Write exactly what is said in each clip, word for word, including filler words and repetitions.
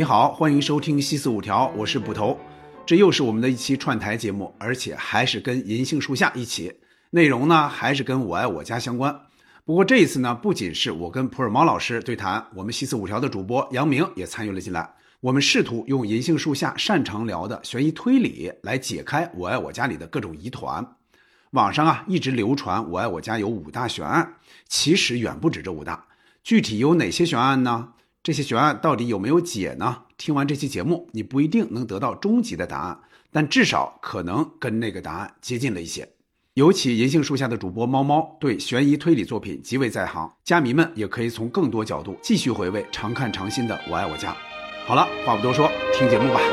好，欢迎收听西四五条，我是捕头。这又是我们的一期串台节目，而且还是跟银杏树下一起，内容呢还是跟我爱我家相关。不过这一次呢，不仅是我跟普洱猫老师对谈，我们西四五条的主播杨明也参与了进来。我们试图用银杏树下擅长聊的悬疑推理来解开我爱我家里的各种疑团。网上啊一直流传我爱我家有五大悬案，其实远不止这五大。具体有哪些悬案呢？这些悬案到底有没有解呢？听完这期节目，你不一定能得到终极的答案，但至少可能跟那个答案接近了一些。尤其银杏树下的主播猫猫对悬疑推理作品极为在行，家迷们也可以从更多角度继续回味常看常新的我爱我家。好了，话不多说，听节目吧。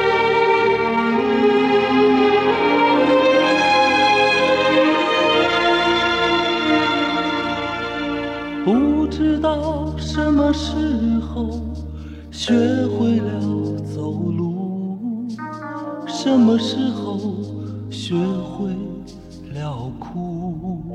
不知道什么时候学会了走路，什么时候学会了哭。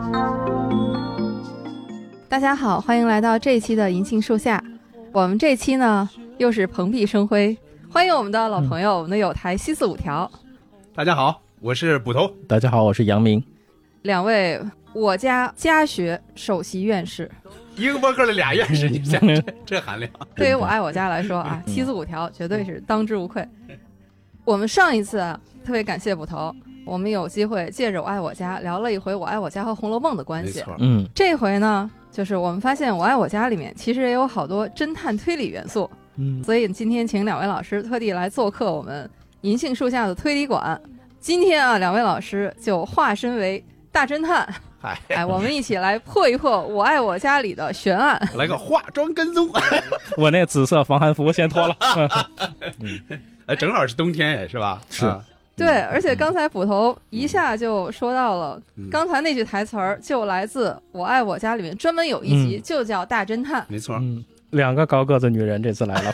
大家好，欢迎来到这一期的银杏树下。我们这期呢又是蓬荜生辉，欢迎我们的老朋友、嗯、我们的友台西四五条。 大家好，我是捕头。 大家好，我是杨明。 两位我家家学首席院士， 一个播客的俩院士，你想这含量？ 对于我爱我家来说啊，西四五条绝对是当之无愧。我们上一次啊，特别感谢捕头，我们有机会借着我爱我家聊了一回我爱我家和红楼梦的关系。嗯，这回呢，就是我们发现我爱我家里面其实也有好多侦探推理元素。嗯，所以今天请两位老师特地来做客我们银杏树下的推理馆。今天啊，两位老师就化身为大侦探，哎，我们一起来破一破我爱我家里的悬案。 来个化妆跟踪， 我那紫色防寒服先脱了。 哎，正好是冬天，是吧？ 是。 啊对，而且刚才捕头一下就说到了，嗯、刚才那句台词儿就来自《我爱我家》里面专门有一集就叫大侦探。 嗯、没错、 嗯，两个高个子女人这次来了，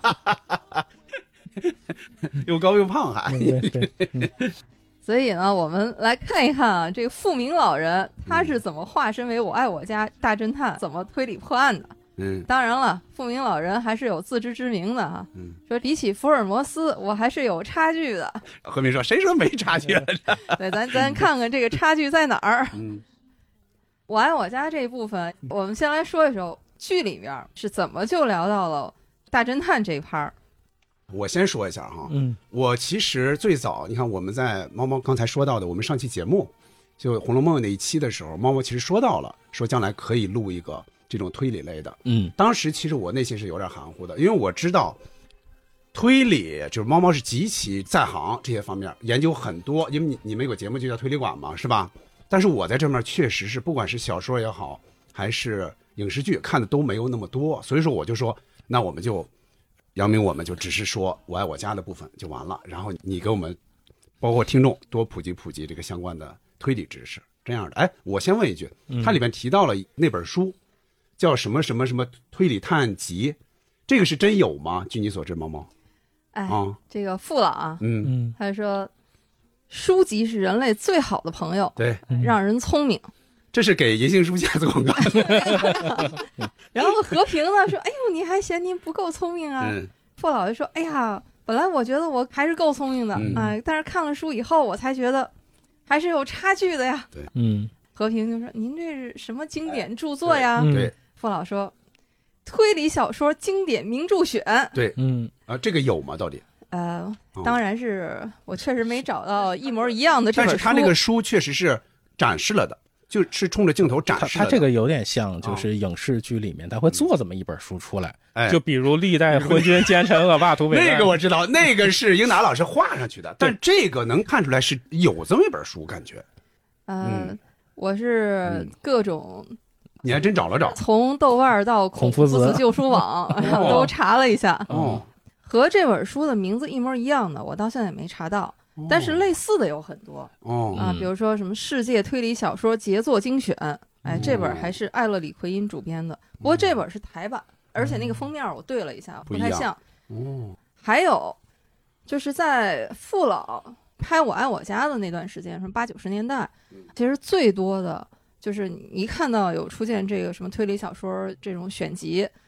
又高又胖还。 对对嗯、 所以呢，我们来看一看啊，这个富明老人他是怎么化身为我爱我家大侦探，怎么推理破案的。嗯，当然了，富明老人还是有自知之明的哈、啊。嗯，说比起福尔摩斯，我还是有差距的。 何明说：“谁说没差距了？” 对，咱咱看看这个差距在哪儿。嗯，我爱我家这一部分，我们先来说一说剧里面是怎么就聊到了大侦探这一趴。 我先说一下哈，嗯，我其实最早，你看我们在猫猫刚才说到的，我们上期节目就《红楼梦》那一期的时候，猫猫其实说到了，说将来可以录一个。这种推理类的，嗯，当时其实我内心是有点含糊的，因为我知道推理就是猫猫是极其在行这些方面研究很多，因为你你们有个节目就叫推理馆嘛，是吧？但是我在这面确实是不管是小说也好，还是影视剧看的都没有那么多，所以说我就说，那我们就杨明，我们就只是说我爱我家的部分就完了，然后你给我们包括听众多普及普及这个相关的推理知识，这样的。哎，我先问一句，它里面提到了那本书。叫什么什么什么推理探案集，这个是真有吗？据你所知，猫猫。 哎，啊、这个傅老啊，嗯嗯，他说，书籍是人类最好的朋友， 对， 让人聪明。 这是给银杏树下做广告。 然后和平呢说：“哎呦，你还嫌您不够聪明啊？”嗯、傅老就说：“哎呀，本来我觉得我还是够聪明的，哎、嗯呃，但是看了书以后，我才觉得还是有差距的呀。” 对， 嗯。 和平就说：“您这是什么经典著作呀？” 对。对傅老说：“推理小说经典名著选。” 对，嗯啊，这个有吗？到底？ 呃，当然是我确实没找到一模一样的这本书。 但是他那个书确实是展示了的，就是冲着镜头展示的。 他这个有点像，就是影视剧里面他会做这么一本书出来，哎、就比如历代昏君奸臣恶霸土匪。 那个我知道，那个是英达老师画上去的，但这个能看出来是有这么一本书，感觉。 呃、嗯，我是各种。 你还真找了找， 从豆瓣到孔夫子旧书网都查了一下，哦，和这本书的名字一模一样的，我到现在也没查到，哦、但是类似的有很多，哦啊，比如说什么《世界推理小说杰作精选》，哎，这本还是艾勒里奎因主编的，不过这本是台版，而且那个封面我对了一下，不太像，哦，还有就是在傅老拍《我爱我家》的那段时间，什么八九十年代，其实最多的。就是你一看到有出现这个什么推理小说这种选集，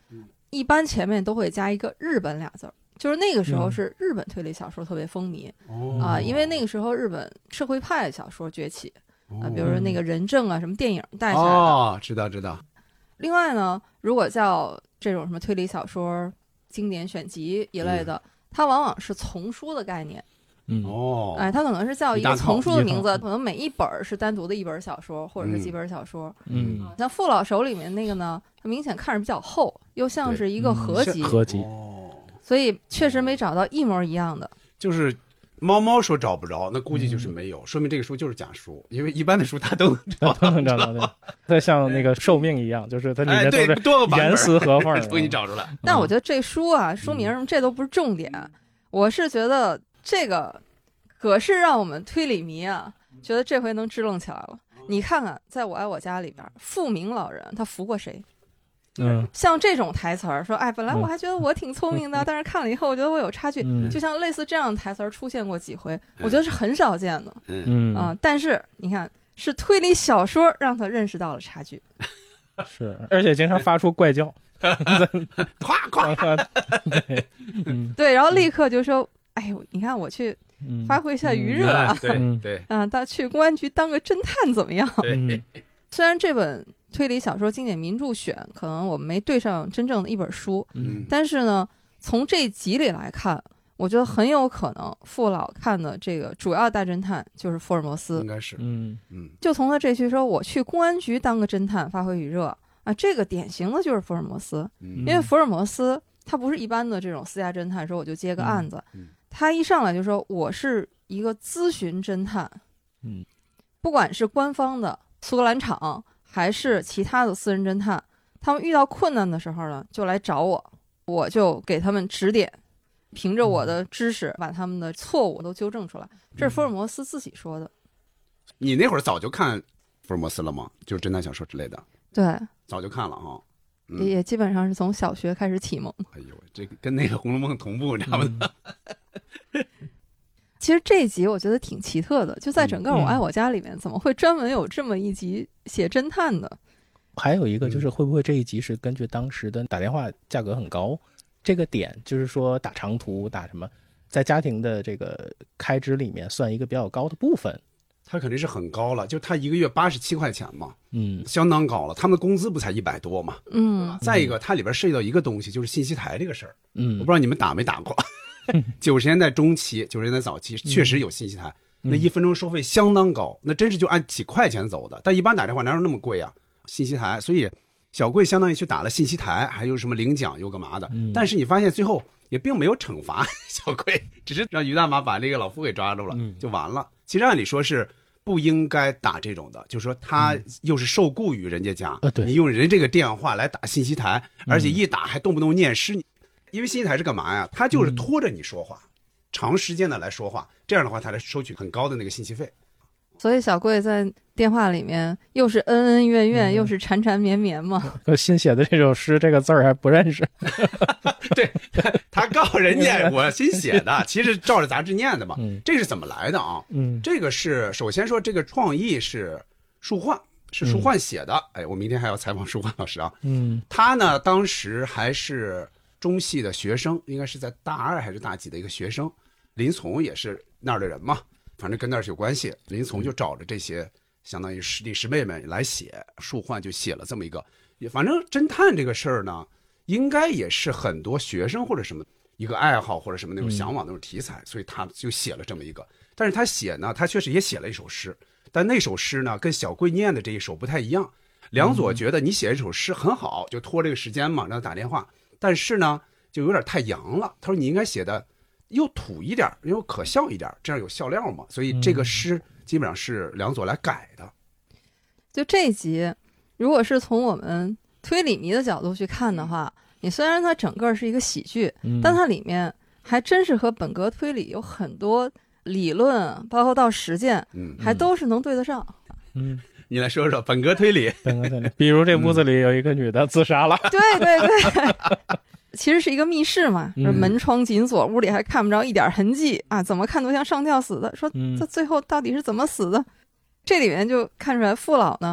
一般前面都会加一个日本俩字儿，就是那个时候是日本推理小说特别风靡、嗯、啊，因为那个时候日本社会派小说崛起、哦、啊，比如说那个人证啊，什么电影带起来的。 哦，知道知道。另外呢，如果叫这种什么推理小说经典选集一类的、嗯、它往往是丛书的概念。 嗯哦， 哎，它可能是叫一个丛书的名字，可能每一本是单独的一本小说，或者是几本小说。嗯，啊、像傅老手里面那个呢，它明显看着比较厚，又像是一个合集。 合集哦， 所以确实没找到一模一样的。 就是猫猫说找不着，那估计就是没有，嗯、说明这个书就是假书，因为一般的书它都都能找到。对，它像那个寿命一样，就是它里面都是严丝合缝， 给你找出来。 但我觉得这书啊，书名什么这都不是重点，嗯、我是觉得。这个可是让我们推理迷啊觉得这回能支棱起来了。你看看在我爱我家里边，富明老人他服过谁？ 嗯， 像这种台词儿说，哎，本来我还觉得我挺聪明的、嗯、但是看了以后我觉得我有差距、嗯、就像类似这样的台词儿出现过几回、嗯、我觉得是很少见的。 嗯啊、呃，但是你看是推理小说让他认识到了差距， 是，而且经常发出怪叫夸夸对、嗯、 对，然后立刻就说，哎呦，你看我去发挥一下余热啊！ 嗯、对对啊，他去公安局当个侦探怎么样？ 对， 虽然这本推理小说经典名著选可能我们没对上真正的一本书， 嗯， 但是呢，从这集里来看，我觉得很有可能傅老看的这个主要大侦探就是福尔摩斯， 应该是， 嗯嗯， 就从他这句说我去公安局当个侦探发挥余热啊，这个典型的就是福尔摩斯， 嗯、 因为福尔摩斯他不是一般的这种私家侦探，说我就接个案子。 嗯嗯他一上来就说我是一个咨询侦探， 嗯， 不管是官方的苏格兰场还是其他的私人侦探，他们遇到困难的时候呢，就来找我，我就给他们指点，凭着我的知识把他们的错误都纠正出来。这是福尔摩斯自己说的。 你那会儿早就看福尔摩斯了吗？就是侦探小说之类的？ 对， 早就看了哈。 嗯、也基本上是从小学开始启蒙。 哎呦，这个跟那个《红楼梦》同步，你知道吗？ 嗯、其实这一集我觉得挺奇特的，就在整个《我爱我家》里面，嗯、怎么会专门有这么一集写侦探的？ 还有一个就是会不会这一集是根据当时的打电话价格很高这个点，就是说打长途打什么，在家庭的这个开支里面算一个比较高的部分。 他肯定是很高了，就他一个月八十七块钱嘛， 嗯， 相当高了。他们的工资不才一百多嘛， 嗯。 再一个，它里边涉及到一个东西，就是信息台这个事儿， 嗯， 我不知道你们打没打过。九十年代中期，九十年代早期确实有信息台， 嗯、 那一分钟收费相当高，那真是就按几块钱走的。但一般打电话哪有那么贵啊？信息台，所以小贵相当于去打了信息台，还有什么领奖又干嘛的？ 嗯、 但是你发现最后也并没有惩罚小贵，只是让于大妈把那个老夫给抓住了， 嗯、 就完了。其实按理说是不应该打这种的，就是说他又是受雇于人家家， 嗯呃、 你用人这个电话来打信息台，而且一打还动不动念诗，因为信息台是干嘛呀？他就是拖着你说话，嗯、长时间的来说话，这样的话他来收取很高的那个信息费。 所以小贵在电话里面又是恩恩怨怨，嗯、又是缠缠绵绵嘛。 我新写的这首诗，这个字儿还不认识。 对，他告诉人家我新写的，其实照着杂志念的嘛。 嗯、 这是怎么来的啊？ 嗯， 这个是首先说这个创意是舒焕，是舒焕写的。嗯、哎，我明天还要采访舒焕老师啊。 嗯， 他呢当时还是中戏的学生，应该是在大二还是大几的一个学生。林从也是那儿的人嘛。反正跟那儿是有关系，林从就找着这些相当于师弟师妹们来写，舒焕就写了这么一个。反正侦探这个事儿呢，应该也是很多学生或者什么一个爱好或者什么那种向往那种题材，嗯、所以他就写了这么一个。但是他写呢，他确实也写了一首诗，但那首诗呢跟小贵念的这一首不太一样。梁左觉得你写这首诗很好，就拖这个时间嘛，让他打电话，但是呢就有点太洋了。他说你应该写的又土一点，又可笑一点，这样有笑料嘛。所以这个诗基本上是梁左来改的。 就这一集，如果是从我们推理迷的角度去看的话，你虽然它整个是一个喜剧， 嗯、 但它里面还真是和本格推理有很多理论，包括到实践， 嗯， 还都是能对得上。 嗯， 你来说说本格推理。 本格推理，比如这屋子里有一个女的自杀了。 对对对。其实是一个密室嘛， 嗯、 门窗紧锁，屋里还看不着一点痕迹啊，怎么看都像上吊死的。说这最后到底是怎么死的？嗯、这里面就看出来傅老呢，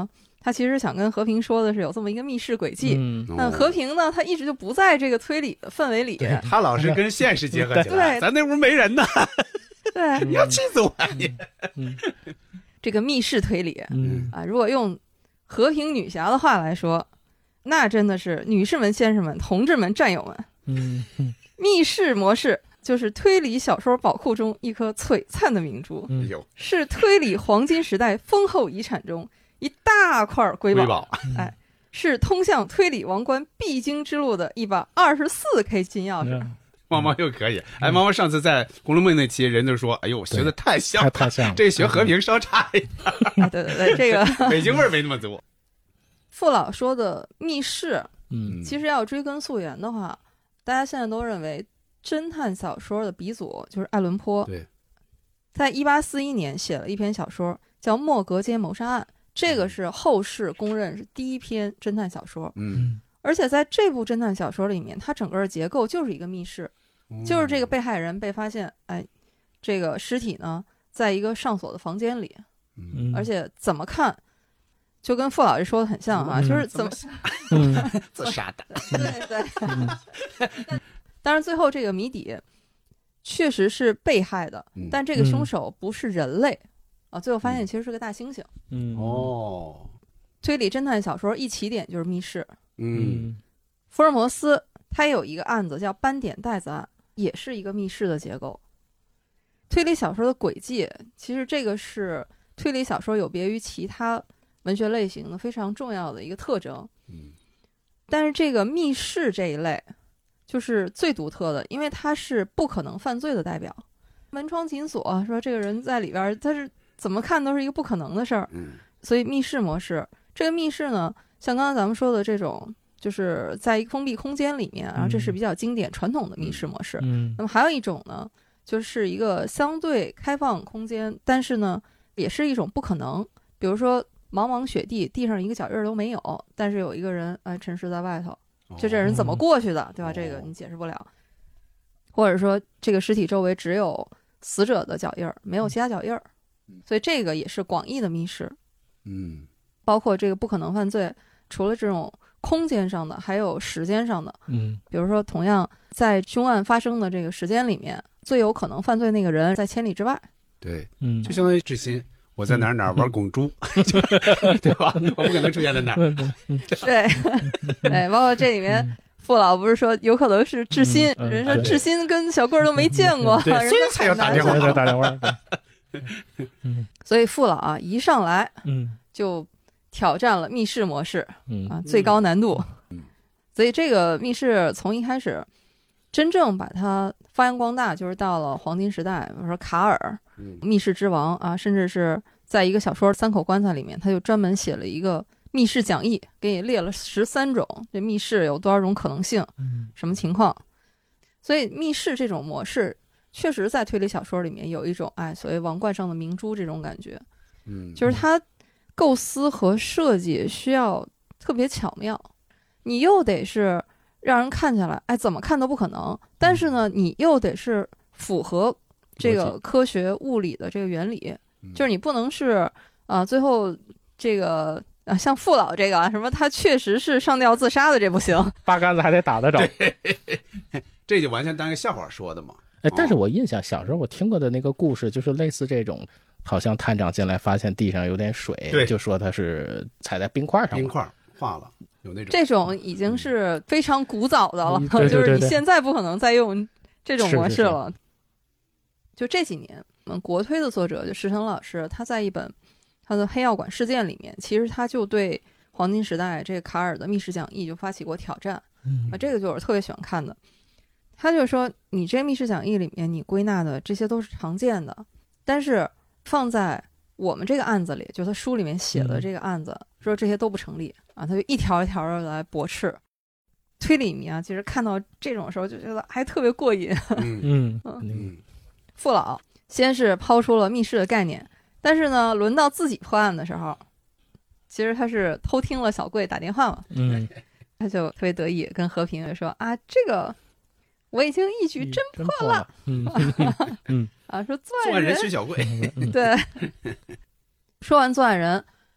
他其实想跟和平说的是有这么一个密室轨迹。 嗯， 那和平呢，他一直就不在这个推理的氛围里， 他老是跟现实结合起来。 对， 咱那屋没人呢。 对， 你要气死我啊你！ 嗯， 这个密室推理， 嗯啊，如果用和平女侠的话来说，那真的是女士们、先生们、同志们、战友们， 嗯嗯， 密室模式就是推理小说宝库中一颗璀璨的明珠， 嗯、 是推理黄金时代丰厚遗产中一大块瑰宝。 宝哎，是通向推理王冠必经之路的一把二十四 K 金钥匙。 嗯猫猫又可以，哎，猫猫上次在《红楼梦》那期，人就说：“哎呦，学的太像了， 太像了， 这学和平稍差一点。 哎”对对对，这个北京味儿没那么足。 傅老说的密室， 嗯， 其实要追根溯源的话，大家现在都认为侦探小说的鼻祖就是爱伦坡。 对， 在一八四一年写了一篇小说叫《莫格街谋杀案》，这个是后世公认是第一篇侦探小说。 嗯。 而且在这部侦探小说里面，它整个的结构就是一个密室， 嗯、 就是这个被害人被发现，哎，这个尸体呢，在一个上锁的房间里， 嗯， 而且怎么看，就跟傅老师说的很像啊， 嗯、 就是怎么， 嗯、自杀的， 对对。当然，最后这个谜底确实是被害的， 嗯、 但这个凶手不是人类、嗯、啊，最后发现其实是个大猩猩。 嗯哦， 推理侦探小说一起点就是密室。 嗯， 福尔摩斯他有一个案子叫斑点袋子案，也是一个密室的结构。推理小说的轨迹，其实这个是推理小说有别于其他文学类型的非常重要的一个特征。 嗯， 但是这个密室这一类就是最独特的，因为它是不可能犯罪的代表。门窗紧锁，说这个人在里边，他是怎么看都是一个不可能的事儿。 嗯， 所以密室模式，这个密室呢，像刚才咱们说的这种，就是在一个封闭空间里面，然后这是比较经典传统的密室模式。 嗯， 那么还有一种呢，就是一个相对开放空间，但是呢，也是一种不可能。比如说茫茫雪地，地上一个脚印都没有，但是有一个人哎沉尸在外头，就这人怎么过去的，哦、对吧？这个你解释不了。或者说这个尸体周围只有死者的脚印，没有其他脚印，所以这个也是广义的密室。 嗯， 包括这个不可能犯罪，除了这种空间上的，还有时间上的。 嗯， 比如说，同样在凶案发生的这个时间里面，最有可能犯罪那个人在千里之外。 对， 嗯， 就相当于志新，我在哪儿哪儿玩拱猪，嗯、对吧？我不可能出现在哪儿。 对，对，包括这里面。傅老不是说有可能是志新， 嗯嗯、 人说志新跟小棍儿都没见过， 嗯、 人家才要打电话， 打电话。 嗯，所以傅老啊，一上来， 嗯， 就挑战了密室模式， 嗯啊，最高难度。 嗯， 所以这个密室从一开始，真正把它发扬光大，就是到了黄金时代，比如说卡尔， 嗯、 密室之王啊，甚至是在一个小说《三口棺材》里面，他就专门写了一个。密室讲义给你列了十三种，这密室有多少种可能性，什么情况？所以密室这种模式，确实在推理小说里面有一种哎，所谓王冠上的明珠这种感觉。 嗯， 就是它构思和设计需要特别巧妙，你又得是让人看起来哎怎么看都不可能，但是呢，你又得是符合这个科学物理的这个原理，就是你不能是啊、呃、最后这个。啊，像傅老这个啊，什么他确实是上吊自杀的，这不行， 八竿子还得打得着， 这就完全当个笑话说的嘛。 哎，但是我印象小时候我听过的那个故事，就是类似这种，好像探长进来发现地上有点水，就说他是踩在冰块上， 冰块化了，有那种。 这种已经是非常古早的了， 嗯、对对对对就是你现在不可能再用这种模式了。 是是是就这几年，我们国推的作者就石腾老师，他在一本。他的黑药馆事件里面，其实他就对黄金时代这个卡尔的密室讲义就发起过挑战， 嗯啊，这个就是我特别喜欢看的。他就说，你这密室讲义里面你归纳的这些都是常见的，但是放在我们这个案子里，就他书里面写的这个案子，嗯、说这些都不成立啊，他就一条一条的来驳斥。推理迷啊，其实看到这种时候就觉得还特别过瘾。 嗯嗯嗯， 傅老先是抛出了密室的概念。但是呢，轮到自己破案的时候，其实他是偷听了小贵打电话嘛， 嗯， 他就特别得意，跟和平说啊，这个我已经一举侦破了， 嗯嗯啊，说作案人徐小贵， 对，说完作案人，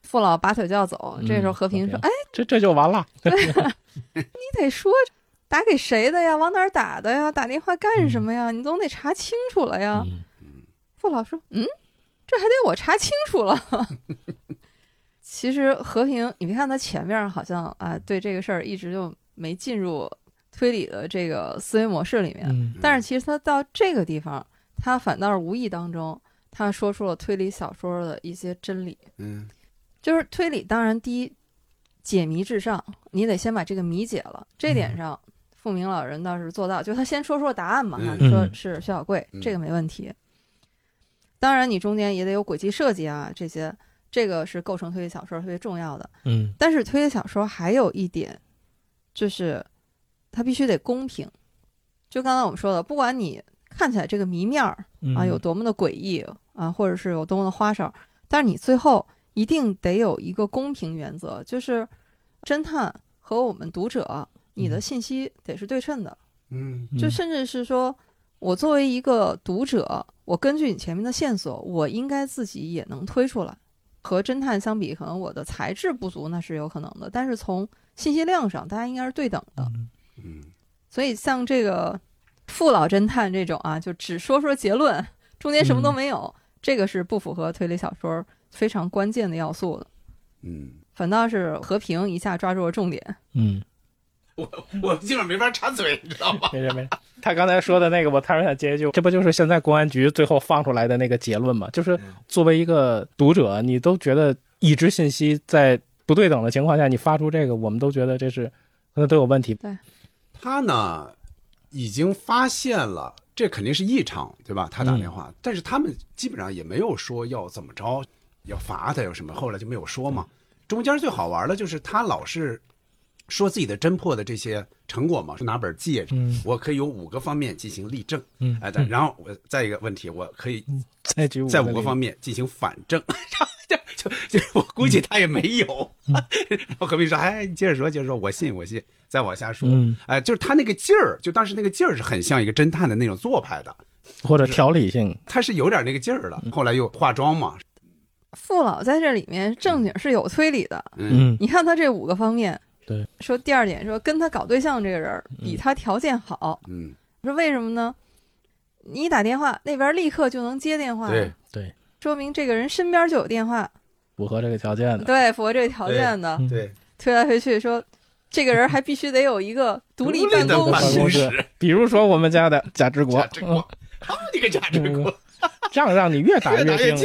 傅老拔腿就要走，嗯、这时候和平说：“哎， 这这就完了。 你得说打给谁的呀？往哪儿打的呀？打电话干什么呀？嗯、你总得查清楚了呀。嗯”傅老说：“嗯，这还得我查清楚了。”其实和平，你别看他前面好像啊，对这个事儿一直就没进入推理的这个思维模式里面，嗯、但是其实他到这个地方，他反倒是无意当中，他说出了推理小说的一些真理。嗯，就是推理，当然第一，解谜至上，你得先把这个谜解了。这点上，嗯、傅明老人倒是做到，就他先说说答案嘛，嗯、说是薛小贵，嗯、这个没问题。当然，你中间也得有轨迹设计啊，这些。这个是构成推理小说特别重要的，嗯，但是推理小说还有一点，就是它必须得公平。就刚才我们说的，不管你看起来这个谜面啊有多么的诡异啊，或者是有多么的花哨，但是你最后一定得有一个公平原则，就是侦探和我们读者，你的信息得是对称的，嗯，就甚至是说我作为一个读者，我根据你前面的线索，我应该自己也能推出来。和侦探相比，可能我的才智不足，那是有可能的。但是从信息量上，大家应该是对等的。嗯，所以像这个傅老侦探这种啊，就只说说结论，中间什么都没有，嗯、这个是不符合推理小说非常关键的要素的。嗯，反倒是和平一下抓住了重点。嗯， 我我基本上没法插嘴，你知道吗？ 没事没事。他刚才说的那个，我突然想接一句，这不就是现在公安局最后放出来的那个结论吗？就是作为一个读者，你都觉得已知信息在不对等的情况下，你发出这个，我们都觉得这是可能都有问题。 对， 他呢已经发现了，这肯定是异常，对吧？他打电话，嗯、但是他们基本上也没有说要怎么着，要罚他有什么，后来就没有说嘛。中间最好玩的就是他老是说自己的侦破的这些成果嘛，是拿本记着，嗯、我可以有五个方面进行例证，嗯，哎，嗯、然后我再一个问题，我可以再举在五个方面进行反证，就就就我估计他也没有，嗯、然后何必说，哎，你接着说，接着说，我信我信，再往下说，嗯、哎，就是他那个劲儿，就当时那个劲儿是很像一个侦探的那种做派的， 或者条理性， 他是有点那个劲儿的，后来又化妆嘛。 傅老在这里面正经是有推理的，嗯，你看他这五个方面。 对， 说第二点，说跟他搞对象这个人比他条件好，嗯，说为什么呢？你打电话那边立刻就能接电话， 对对， 说明这个人身边就有电话， 符合这个条件的， 对，符合这个条件的， 对， 推来推去，说这个人还必须得有一个独立办公室， 比如说我们家的贾志国， 贾志国，好你个贾志国， 这样让你越打越精。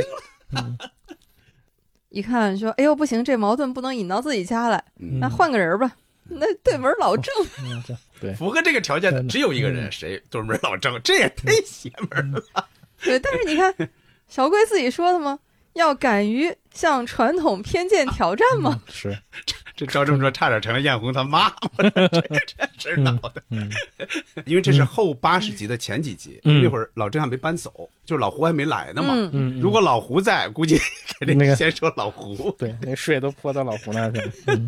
一看说，哎呦不行，这矛盾不能引到自己家来，嗯、那换个人吧。那对门老郑， 嗯、对， 符合这个条件的只有一个人，谁？对门老郑，这也太邪门了。 对，但是你看，小贵自己说的吗？要敢于向传统偏见挑战吗？ 嗯、是， 这这赵正说差点成了艳红他妈，这这是闹的。嗯，因为这是后八十集的前几集，嗯、那会儿老郑还没搬走，就老胡还没来呢嘛。嗯嗯、如果老胡在，估计肯定先说老胡。 那个、对，那水都泼到老胡那去了。嗯、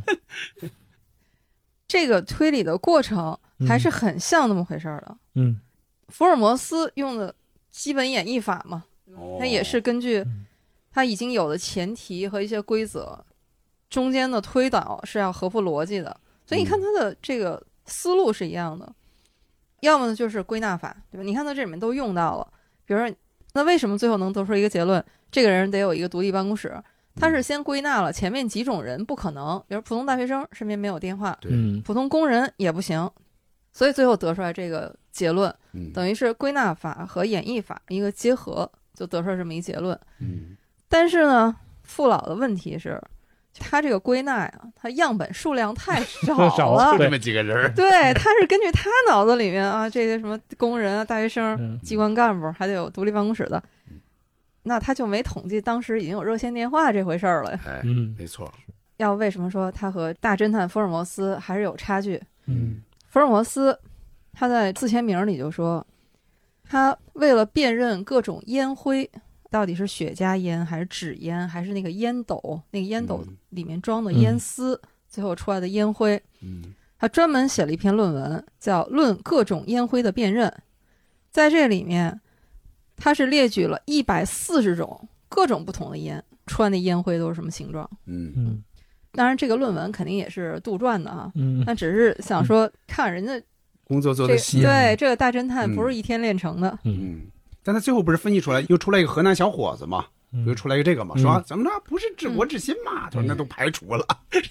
这个推理的过程还是很像那么回事的。嗯，福尔摩斯用的基本演绎法嘛，哦、他也是根据。他已经有了前提和一些规则，中间的推导是要合乎逻辑的，所以你看他的这个思路是一样的。嗯、要么呢就是归纳法，对吧？你看他这里面都用到了，比如说，那为什么最后能得出一个结论？这个人得有一个独立办公室，他是先归纳了前面几种人不可能，比如普通大学生身边没有电话， 对， 普通工人也不行，所以最后得出来这个结论，嗯、等于是归纳法和演绎法一个结合，就得出来这么一结论。嗯。但是呢，傅老的问题是，他这个归纳呀，他样本数量太少了， 就这么几个人。 对，他是根据他脑子里面啊，这些什么工人啊、大学生、嗯、机关干部，还得有独立办公室的，那他就没统计当时已经有热线电话这回事儿了。 哎，嗯，没错。 要为什么说他和大侦探福尔摩斯还是有差距？嗯，福尔摩斯他在自签名里就说，他为了辨认各种烟灰。到底是雪茄烟还是纸烟还是那个烟斗，那个烟斗里面装的烟丝，嗯、最后出来的烟灰，嗯、他专门写了一篇论文叫《论各种烟灰的辨认》。在这里面他是列举了一百四十种各种不同的烟， 穿的烟灰都是什么形状。 嗯嗯， 当然这个论文肯定也是杜撰的啊， 嗯， 但只是想说看人家工作做的细， 对这个大侦探不是一天练成的。 嗯，但他最后不是分析出来，又出来一个河南小伙子嘛，又出来一个这个嘛，说怎么着不是治国治心嘛？他说那都排除了。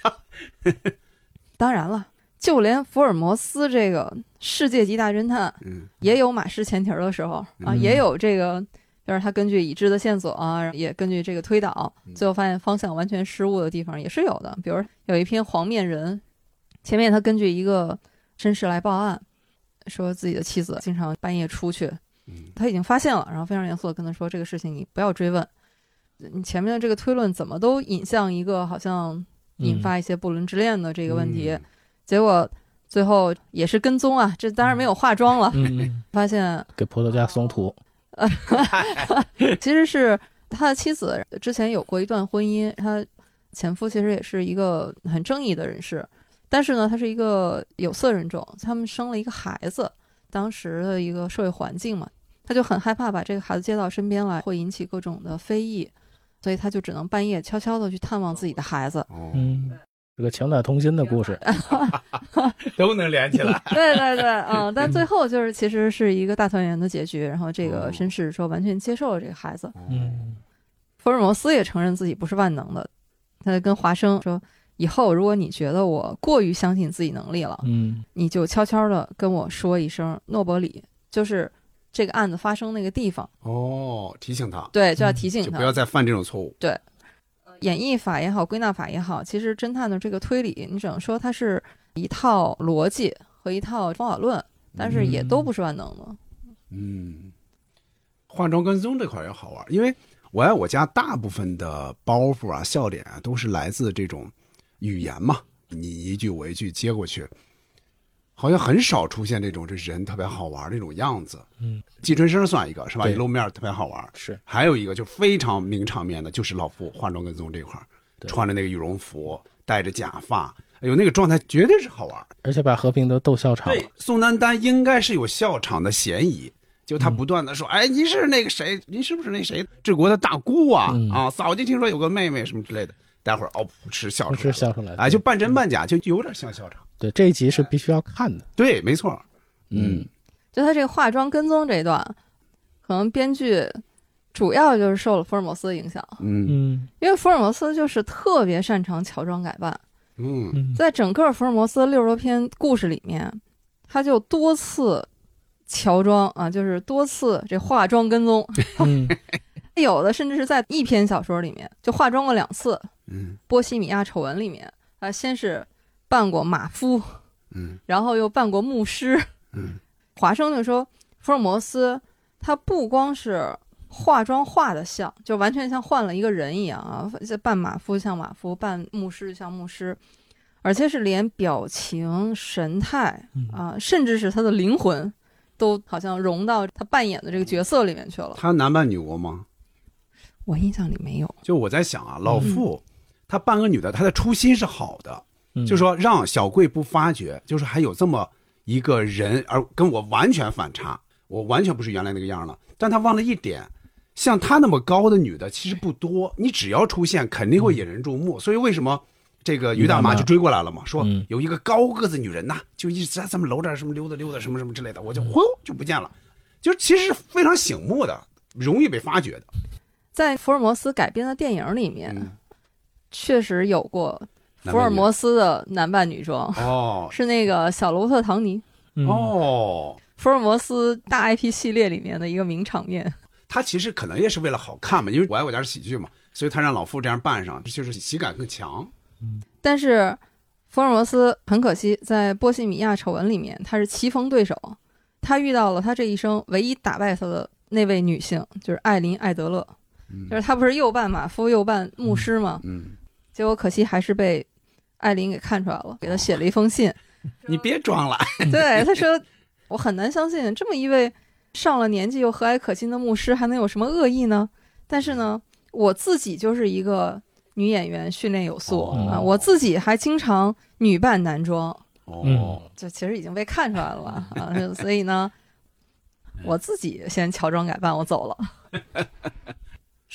当然了，就连福尔摩斯这个世界级大侦探， 嗯， 也有马失前蹄的时候啊， 嗯、 也有这个，就是他根据已知的线索啊，也根据这个推导，最后发现方向完全失误的地方也是有的。比如有一篇黄面人，前面他根据一个绅士来报案，说自己的妻子经常半夜出去，他已经发现了，然后非常严肃的跟他说，这个事情你不要追问，你前面的这个推论怎么都引向一个好像引发一些不伦之恋的这个问题，嗯、结果最后也是跟踪啊，这当然没有化妆了， 嗯、 发现给葡萄架松土， 其实是他的妻子之前有过一段婚姻，他前夫其实也是一个很正义的人士，但是呢，他是一个有色人种，他们生了一个孩子，当时的一个社会环境嘛，他就很害怕把这个孩子接到身边来，会引起各种的非议。所以他就只能半夜悄悄的去探望自己的孩子。 嗯，这个情感通心的故事都能连起来。 对对对，嗯，但最后就是其实是一个大团圆的结局。然后这个绅士说完全接受了这个孩子。 嗯， 福尔摩斯也承认自己不是万能的，他跟华生说，以后如果你觉得我过于相信自己能力了， 嗯， 你就悄悄的跟我说一声诺伯里，就是这个案子发生那个地方。 哦，提醒他。 对，就要提醒他， 就不要再犯这种错误。 对，演绎法也好，归纳法也好，其实侦探的这个推理，你只能说它是一套逻辑和一套方法论，但是也都不是万能的。 嗯，化妆跟踪这块也好玩，因为我爱我家大部分的包袱啊、笑点啊，都是来自这种语言嘛，你一句我一句接过去。好像很少出现这种这人特别好玩这种样子。 嗯， 季春生算一个是吧？一露面特别好玩。 是， 还有一个就非常名场面的，就是老傅化妆跟踪这块，穿着那个羽绒服，戴着假发，哎呦，那个状态绝对是好玩， 而且把和平都逗笑场了。 对，宋丹丹应该是有笑场的嫌疑，就他不断的说：“嗯、哎，您是那个谁？您是不是那谁治国的大姑啊？嗯、啊，早就听说有个妹妹什么之类的。”待会儿哦，噗嗤笑出来， 笑出来， 哎，就半真半假，就有点像笑场。 对，这一集是必须要看的。 对，没错。嗯， 就他这个化妆跟踪这一段，可能编剧主要就是受了福尔摩斯的影响。 嗯嗯， 因为福尔摩斯就是特别擅长乔装改扮。 嗯， 在整个福尔摩斯六十多篇故事里面，他就多次乔装啊，就是多次这化妆跟踪。 嗯， 有的甚至是在一篇小说里面就化妆过两次。 嗯， 波西米亚丑闻里面，他先是扮过马夫， 嗯， 然后又扮过牧师， 嗯， 华生就说福尔摩斯他不光是化妆化的像，就完全像换了一个人一样啊，扮马夫像马夫，扮牧师像牧师，而且是连表情神态啊，甚至是他的灵魂都好像融到他扮演的这个角色里面去了。 他男扮女过吗？ 我印象里没有。 就我在想啊，老傅、嗯、他扮个女的，他的初心是好的， 嗯、 就是说让小贵不发觉，就是还有这么一个人，而跟我完全反差，我完全不是原来那个样了。但他忘了一点，像他那么高的女的其实不多，你只要出现肯定会引人注目。嗯、所以为什么这个于大妈就追过来了嘛？说有一个高个子女人呐，就一直在咱们楼这儿什么溜达溜达什么什么之类的，我就呼就不见了，就其实是非常醒目的，容易被发觉的。 在福尔摩斯改编的电影里面，嗯、确实有过福尔摩斯的男扮女装哦， 是那个小罗伯特·唐尼哦， 福尔摩斯大 I P 系列里面的一个名场面。 他其实可能也是为了好看嘛，因为我爱我家是喜剧嘛，所以他让老傅这样扮上，就是喜感更强。 嗯， 但是福尔摩斯很可惜，在波西米亚丑闻里面，他是棋逢对手，他遇到了他这一生唯一打败他的那位女性，就是艾琳·艾德勒。就是他不是又扮马夫又扮牧师吗？ 嗯， 结果可惜还是被艾琳给看出来了，给他写了一封信。 你别装了。 对，他说我很难相信这么一位上了年纪又和蔼可亲的牧师还能有什么恶意呢？但是呢，我自己就是一个女演员，训练有素、哦、啊，我自己还经常女扮男装。 哦， 就其实已经被看出来了吧？啊，所以呢，我自己先乔装改扮，我走了。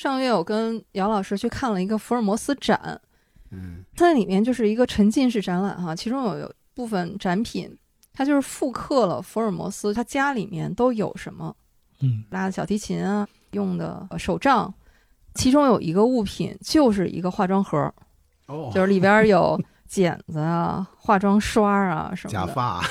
上个月我跟姚老师去看了一个福尔摩斯展， 嗯， 在里面就是一个沉浸式展览哈，其中有部分展品它就是复刻了福尔摩斯他家里面都有什么， 嗯， 拉的小提琴啊，用的手杖，其中有一个物品就是一个化妆盒， 哦， 就是里边有剪子啊、化妆刷啊什么的， 假发，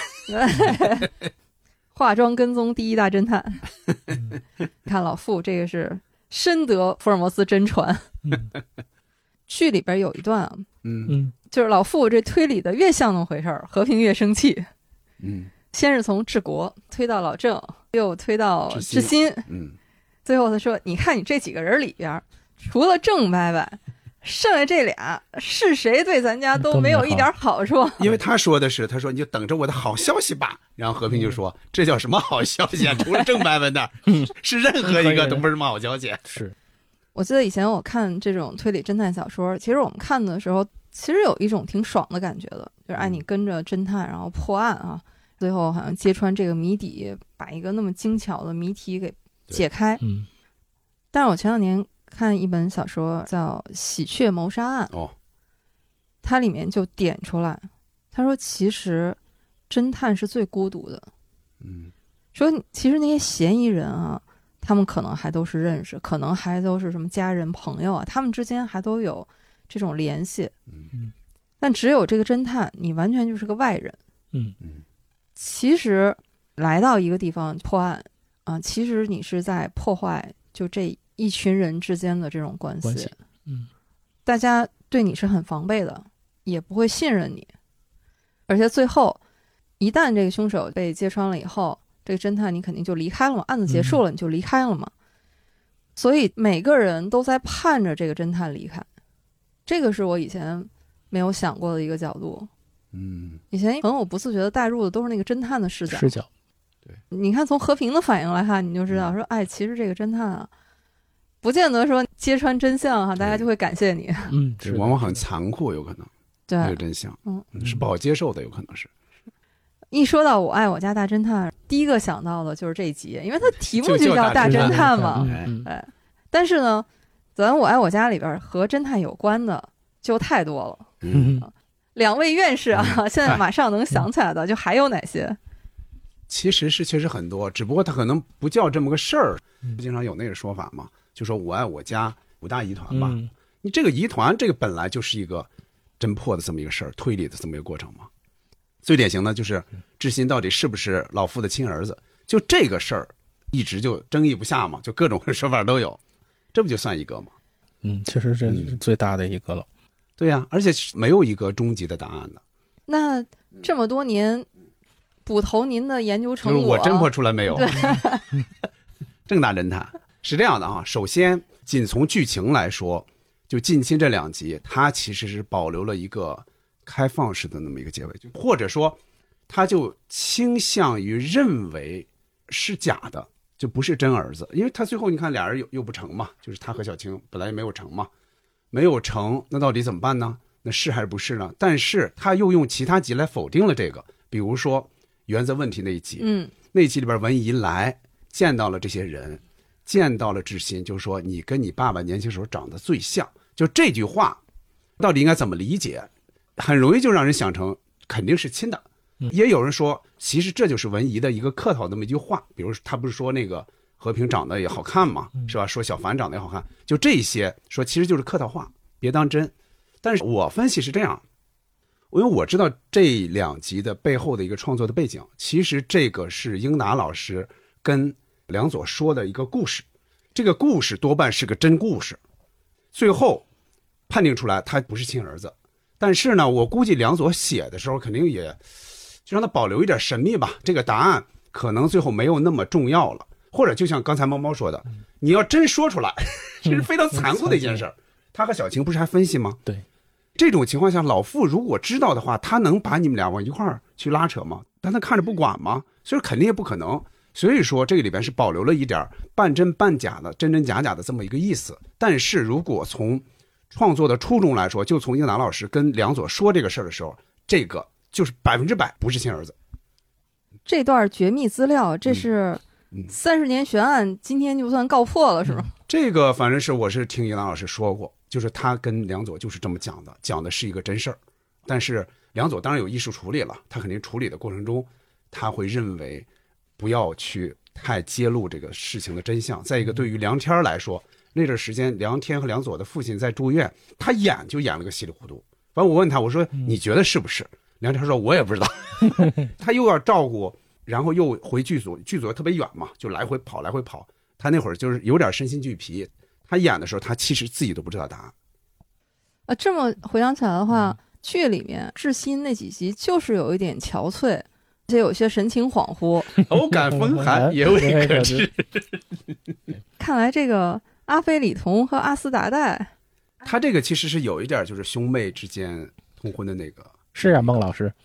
化妆跟踪第一大侦探。看老傅这个是深得福尔摩斯真传。 嗯剧里边有一段啊， 嗯嗯就是老傅这推理的越像那么回事儿，和平越生气。 嗯， 先是从治国推到老郑，又推到知知心， 嗯， 最后他说：“你看你这几个人里边，除了郑伯伯，剩下这俩是谁对咱家都没有一点好处。” 因为他说的是，他说你就等着我的好消息吧。然后和平就说：“这叫什么好消息啊？除了郑伯伯那儿，是任何一个都不是什么好消息。” 是。 我记得以前我看这种推理侦探小说，其实我们看的时候，其实有一种挺爽的感觉的，就是哎，你跟着侦探然后破案啊，最后好像揭穿这个谜底，把一个那么精巧的谜题给解开。 嗯。 但是我前两年看一本小说叫《喜鹊谋杀案》， 哦， 它里面就点出来，他说其实侦探是最孤独的。 嗯， 说其实那些嫌疑人啊，他们可能还都是认识，可能还都是什么家人朋友啊，他们之间还都有这种联系。 嗯， 但只有这个侦探，你完全就是个外人。 嗯嗯， 其实来到一个地方破案啊，其实你是在破坏就这一群人之间的这种关系。 关系嗯， 大家对你是很防备的，也不会信任你。而且最后，一旦这个凶手被揭穿了以后，这个侦探你肯定就离开了嘛，案子结束了，你就离开了嘛。嗯、所以每个人都在盼着这个侦探离开，这个是我以前没有想过的一个角度。 嗯， 以前可能我不自觉的带入的都是那个侦探的视角。 视角， 对， 你看从和平的反应来看，你就知道说，哎，其实这个侦探啊，不见得说揭穿真相哈、啊，大家就会感谢你。 嗯， 这往往很残酷，有可能。 对， 这个真相， 嗯， 是不好接受的，有可能是。 一说到我爱我家大侦探，第一个想到的就是这一集，因为它题目就叫大侦探嘛。 嗯、 哎，但是呢，咱我爱我家里边和侦探有关的就太多了。 嗯， 两位院士啊，嗯、现在马上能想起来的就还有哪些？ 其实是确实很多，只不过它可能不叫这么个事儿。经常有那个说法嘛，就说我爱我家五大疑团吧。 嗯、 你这个疑团，这个本来就是一个侦破的这么一个事儿，推理的这么一个过程嘛。最典型的就是志新到底是不是老傅的亲儿子，就这个事儿一直就争议不下嘛，就各种说法都有，这不就算一个吗？ 嗯，确实这是最大的一个了。 嗯、对呀、啊，而且没有一个终极的答案的。 那这么多年，捕头您的研究成果， 就是我侦破出来没有？正大侦探是这样的啊，首先仅从剧情来说，就近亲这两集，它其实是保留了一个开放式的那么一个结尾，就或者说他就倾向于认为是假的，就不是真儿子，因为他最后你看俩人又又不成嘛，就是他和小青本来也没有成嘛，没有成，那到底怎么办呢？那是还是不是呢？但是他又用其他集来否定了这个，比如说原则问题那一集， 嗯， 那一集里边文怡来见到了这些人，见到了志新，就是说你跟你爸爸年轻时候长得最像，就这句话到底应该怎么理解？很容易就让人想成肯定是亲的，也有人说其实这就是文怡的一个客套那么一句话，比如他不是说那个和平长得也好看嘛，是吧？说小凡长得也好看，就这些说其实就是客套话，别当真。但是我分析是这样，因为我知道这两集的背后的一个创作的背景，其实这个是英达老师跟梁左说的一个故事，这个故事多半是个真故事，最后判定出来他不是亲儿子。但是呢，我估计梁左写的时候肯定也就让他保留一点神秘吧，这个答案可能最后没有那么重要了，或者就像刚才猫猫说的，你要真说出来，这是非常残酷的一件事。他和小晴不是还分析吗？ 对， 这种情况下，老傅如果知道的话，他能把你们俩往一块儿去拉扯吗？但他看着不管吗？所以肯定也不可能。所以说这个里边是保留了一点半真半假的、真真假假的这么一个意思。但是如果从创作的初衷来说，就从英达老师跟梁左说这个事儿的时候，这个就是百分之百不是亲儿子。 这段绝密资料，这是三十年悬案今天就算告破了是吗？ 这个反正是我是听尹朗老师说过，就是他跟梁左就是这么讲的，讲的是一个真事儿。但是梁左当然有艺术处理了，他肯定处理的过程中，他会认为不要去太揭露这个事情的真相。再一个，对于梁天来说，那阵时间梁天和梁左的父亲在住院，他演就演了个稀里糊涂。反正我问他，我说你觉得是不是？梁天说我也不知道。他又要照顾，然后又回剧组，剧组又特别远嘛，就来回跑来回跑。他那会儿就是有点身心俱疲，他演的时候他其实自己都不知道答案。 啊，这么回想起来的话，剧里面志新那几集就是有一点憔悴，而且有些神情恍惚， 偶感风寒也未可知。 看来这个阿非里童和阿斯达代， 他这个其实是有一点就是兄妹之间通婚的那个。 是啊，孟老师。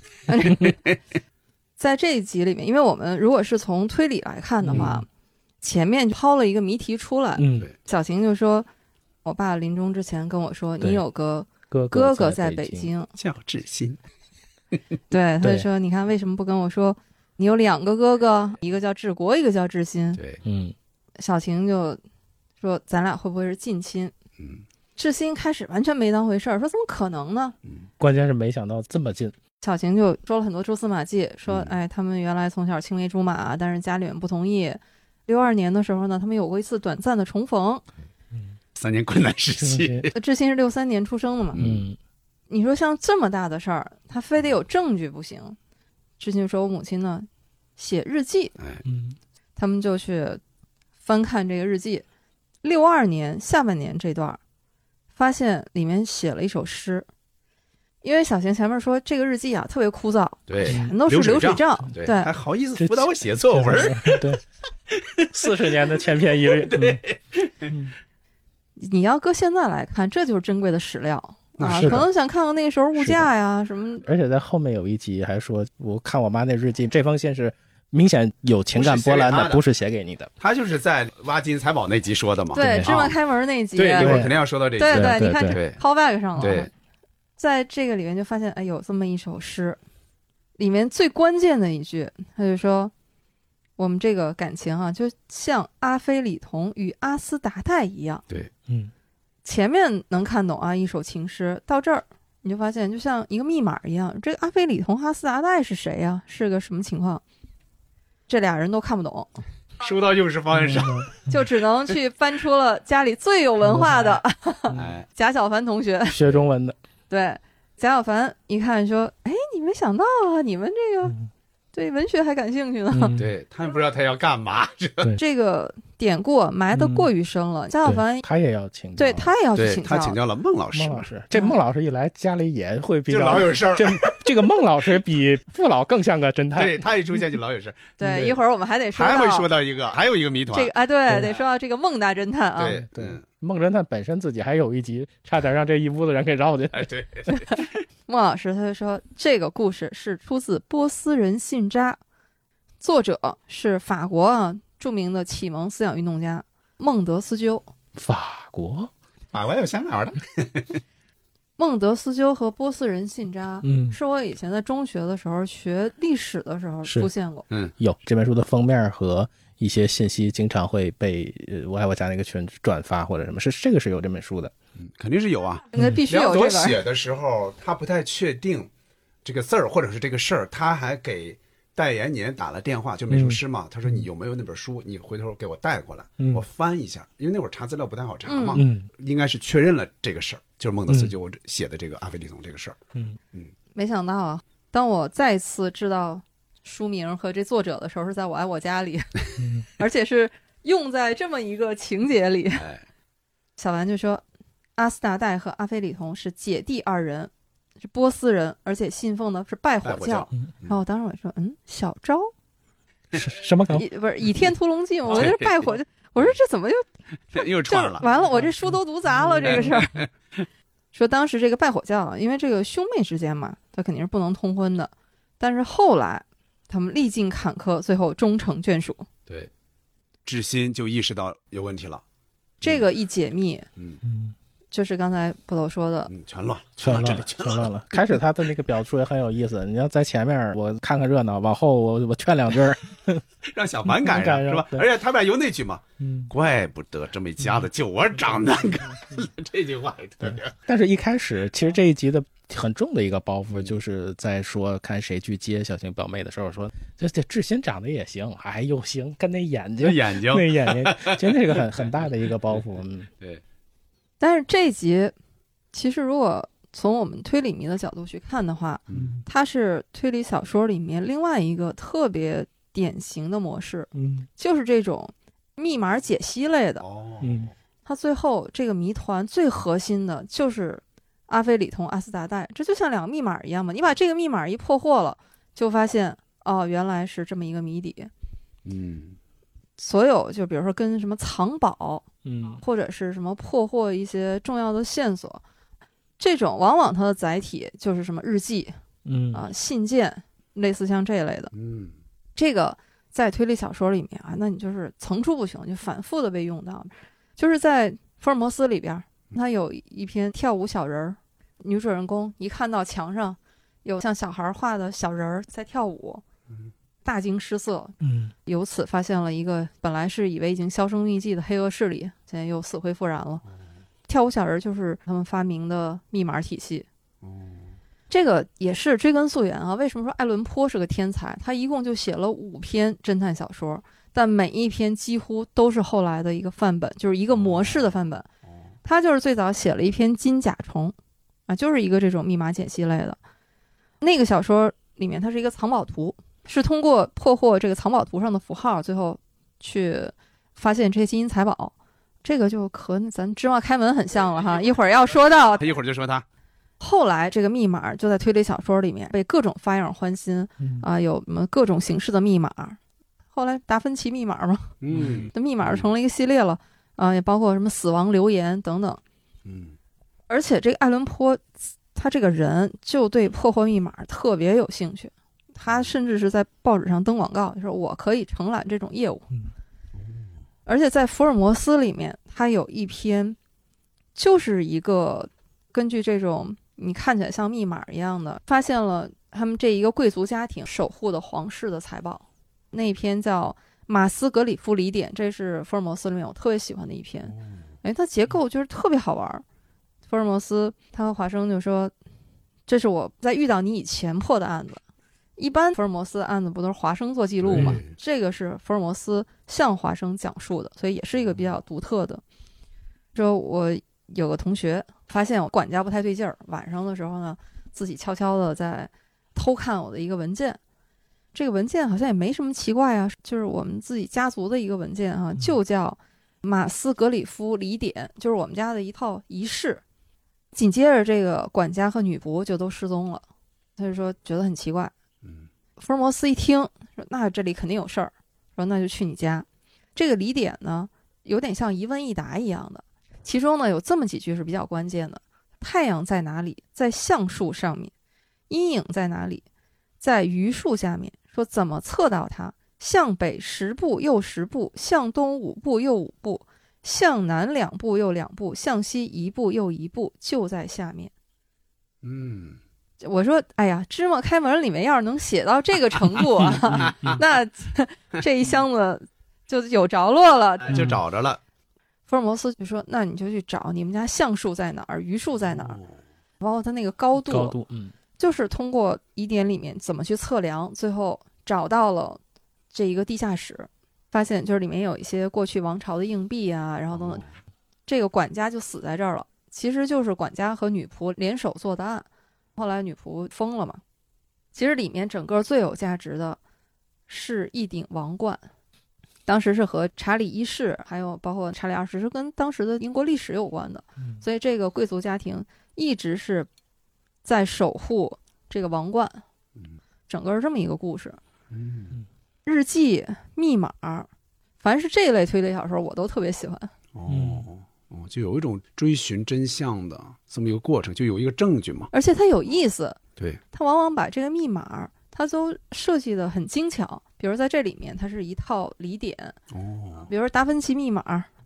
在这一集里面，因为我们如果是从推理来看的话，嗯、前面抛了一个谜题出来， 嗯， 小晴就说，我爸临终之前跟我说，你有个哥哥哥在北京， 叫志新。 对，他就说，你看为什么不跟我说，你有两个哥哥，一个叫志国，一个叫志新。 对， 嗯， 小晴就说，咱俩会不会是近亲？ 嗯。 志新开始完全没当回事儿，说怎么可能呢？ 关键是没想到这么近。 小晴就说了很多蛛丝马迹，说，哎，他们原来从小青梅竹马，但是家里人不同意。六二年的时候呢，他们有过一次短暂的重逢。 嗯，三年困难时期。 志新是六三年出生的嘛。 嗯， 你说像这么大的事儿，他非得有证据不行。志新说，我母亲呢写日记， 嗯， 他们就去翻看这个日记，六二年下半年这段。发现里面写了一首诗，因为小晴前面说这个日记啊特别枯燥， 对， 全都是流水账， 对， 对还好意思辅导我写作文， 对，四十年的千篇一律， 对， 嗯，你要搁现在来看，这就是珍贵的史料啊，可能想看看那个时候物价呀什么， 而且在后面有一集还说，我看我妈那日记，这封信是。明显有情感波澜的，不是写给你的。 他就是在挖金财宝那集说的嘛。 对，芝麻开门那集。 对，一会儿肯定要说到这集。 对对， 你看 callback 上了。 对， 在这个里面就发现，哎，有这么一首诗，里面最关键的一句，他就说，我们这个感情啊，就像阿非里童与阿斯达代一样。 对， 嗯， 前面能看懂啊，一首情诗，到这儿你就发现，就像一个密码一样，这个阿非里童、阿斯达代是谁呀？是个什么情况？这俩人都看不懂， 书到用时方恨少， 就只能去翻出了家里最有文化的贾小凡同学， 学中文的。 对，贾小凡一看说：“哎，你没想到啊，你们这个、嗯、对文学还感兴趣呢。 嗯” 对他们不知道他要干嘛， 这这个典故埋得过于深了。贾、嗯、小凡他也要请教， 对他也要去请教， 他请教了孟老师。 孟老师，这孟老师一来，家里也会比较就老有事儿。 这这个孟老师比父老更像个侦探， 对他一出现就老有事儿。 对，对一会儿我们还得说到， 还会说到一个，还有一个谜团。 这个哎，对，得说到这个孟大侦探啊。 对对， 孟侦探本身自己还有一集，差点让这一屋子人给绕进来。 对， 孟老师他就说，这个故事是出自波斯人信札，作者是法国啊著名的启蒙思想运动家孟德斯鸠。 法国， 法国有香港的。 孟德斯鸠和波斯人信札， 嗯， 是我以前在中学的时候学历史的时候出现过。 嗯， 有这本书的封面和一些信息经常会被呃我爱我家那个群转发或者什么，是这个是有这本书的。 嗯，肯定是有啊， 应该必须有这个。 梁左写的时候，他不太确定这个字儿或者是这个事儿，他还给戴延年打了电话，就美术师嘛，嗯、他说你有没有那本书？你回头给我带过来， 嗯、 我翻一下，因为那会儿查资料不太好查嘛， 嗯、 应该是确认了这个事儿，就是孟德斯鸠写的这个阿非里童这个事儿。 嗯嗯， 没想到啊，当我再次知道书名和这作者的时候，是在我爱我家里， 嗯、 而且是用在这么一个情节里。 哎、 小丸就说，阿斯达代和阿非里童是姐弟二人。是波斯人，而且信奉的是拜火教。然后当时我说，嗯，小昭， 什么梗？ 不是《倚天屠龙记》吗？我这拜火教，我说这怎么又又串了？ 完了，我这书都读砸了这个事儿。说当时这个拜火教，因为这个兄妹之间嘛，他肯定是不能通婚的。但是后来他们历尽坎坷，最后终成眷属。 对，志新就意识到有问题了。 这个一解密， 嗯嗯。 就是刚才捕头说的， 嗯，全乱了， 全乱了，全乱了。开始他的那个表述也很有意思，你要在前面我看看热闹，往后我我劝两句让小凡赶上是吧？而且他们俩有那句嘛，嗯，怪不得这么一家子就我长难看，这句话也特别。 但是一开始其实这一集的很重的一个包袱就是在说看谁去接小晴表妹的时候说，这这志新长得也行，哎呦行，跟那眼睛眼睛那眼睛，其实那个很很大的一个包袱。嗯， 对。 但是这一集其实如果从我们推理迷的角度去看的话，嗯，它是推理小说里面另外一个特别典型的模式，嗯，就是这种密码解析类的。 哦， 嗯，它最后这个谜团最核心的就是阿非里同阿斯达代，这就像两个密码一样嘛，你把这个密码一破获了，就发现哦，原来是这么一个谜底。 嗯， 所有就比如说跟什么藏宝， 嗯， 或者是什么破获一些重要的线索，这种往往它的载体就是什么日记， 嗯啊、信件，类似像这一类的。 嗯， 这个在推理小说里面啊，那你就是层出不穷，就反复的被用到。就是在福尔摩斯里边，他有一篇跳舞小人儿，女主人公一看到墙上有像小孩画的小人儿在跳舞，大惊失色， 嗯， 由此发现了一个本来是以为已经销声匿迹的黑恶势力，现在又死灰复燃了。跳舞小人就是他们发明的密码体系。这个也是追根溯源啊，为什么说爱伦坡是个天才？他一共就写了五篇侦探小说，但每一篇几乎都是后来的一个范本，就是一个模式的范本。他就是最早写了一篇金甲虫啊，就是一个这种密码解析类的。那个小说里面它是一个藏宝图，是通过破获这个藏宝图上的符号，最后去发现这些金银财宝。这个就和咱芝麻开门很像了哈，一会儿要说到， 他一会儿就说他。 后来这个密码就在推理小说里面被各种发样欢心啊、 嗯呃，有什么各种形式的密码。后来达芬奇密码嘛， 嗯， 的密码成了一个系列了啊、呃，也包括什么死亡留言等等。 嗯， 而且这个爱伦坡他这个人就对破获密码特别有兴趣，他甚至是在报纸上登广告，说我可以承揽这种业务。 嗯， 而且在福尔摩斯里面，他有一篇就是一个根据这种你看起来像密码一样的，发现了他们这一个贵族家庭守护的皇室的财宝。那篇叫马斯格里夫礼典，这是福尔摩斯里面我特别喜欢的一篇。哎，它结构就是特别好玩。福尔摩斯他和华生就说，这是我在遇到你以前破的案子。一般福尔摩斯的案子不都是华生做记录吗？这个是福尔摩斯向华生讲述的，所以也是一个比较独特的。说我有个同学发现我管家不太对劲儿，晚上的时候呢，自己悄悄的在偷看我的一个文件。这个文件好像也没什么奇怪啊，就是我们自己家族的一个文件啊，就叫马斯格里夫礼典，就是我们家的一套仪式。紧接着这个管家和女仆就都失踪了，他就说觉得很奇怪。福尔摩斯一听说那这里肯定有事儿，说那就去你家。这个礼典呢有点像一问一答一样的，其中呢有这么几句是比较关键的：太阳在哪里？在橡树上面。阴影在哪里？在榆树下面。说怎么测到它？向北十步又十步，向东五步又五步，向南两步又两步，向西一步又一步，就在下面。 嗯， 我说哎呀，芝麻开门里面要是能写到这个程度啊，那这一箱子就有着落了， 就找着了。 福尔摩斯就说那你就去找你们家橡树在哪儿，榆树在哪儿，包括它那个高度高度，嗯， 就是通过疑点里面怎么去测量，最后找到了这一个地下室，发现就是里面有一些过去王朝的硬币啊，然后等等。这个管家就死在这儿了，其实就是管家和女仆联手做的案。后来女仆疯了嘛，其实里面整个最有价值的是一顶王冠，当时是和查理一世还有包括查理二世是跟当时的英国历史有关的，所以这个贵族家庭一直是在守护这个王冠，整个是这么一个故事。日记、密码，凡是这类推理小说我都特别喜欢。 哦哦，就有一种追寻真相的这么一个过程，就有一个证据嘛。 而且它有意思， 对， 它往往把这个密码它都设计得很精巧。比如在这里面，它是一套礼典，哦，比如说达芬奇密码，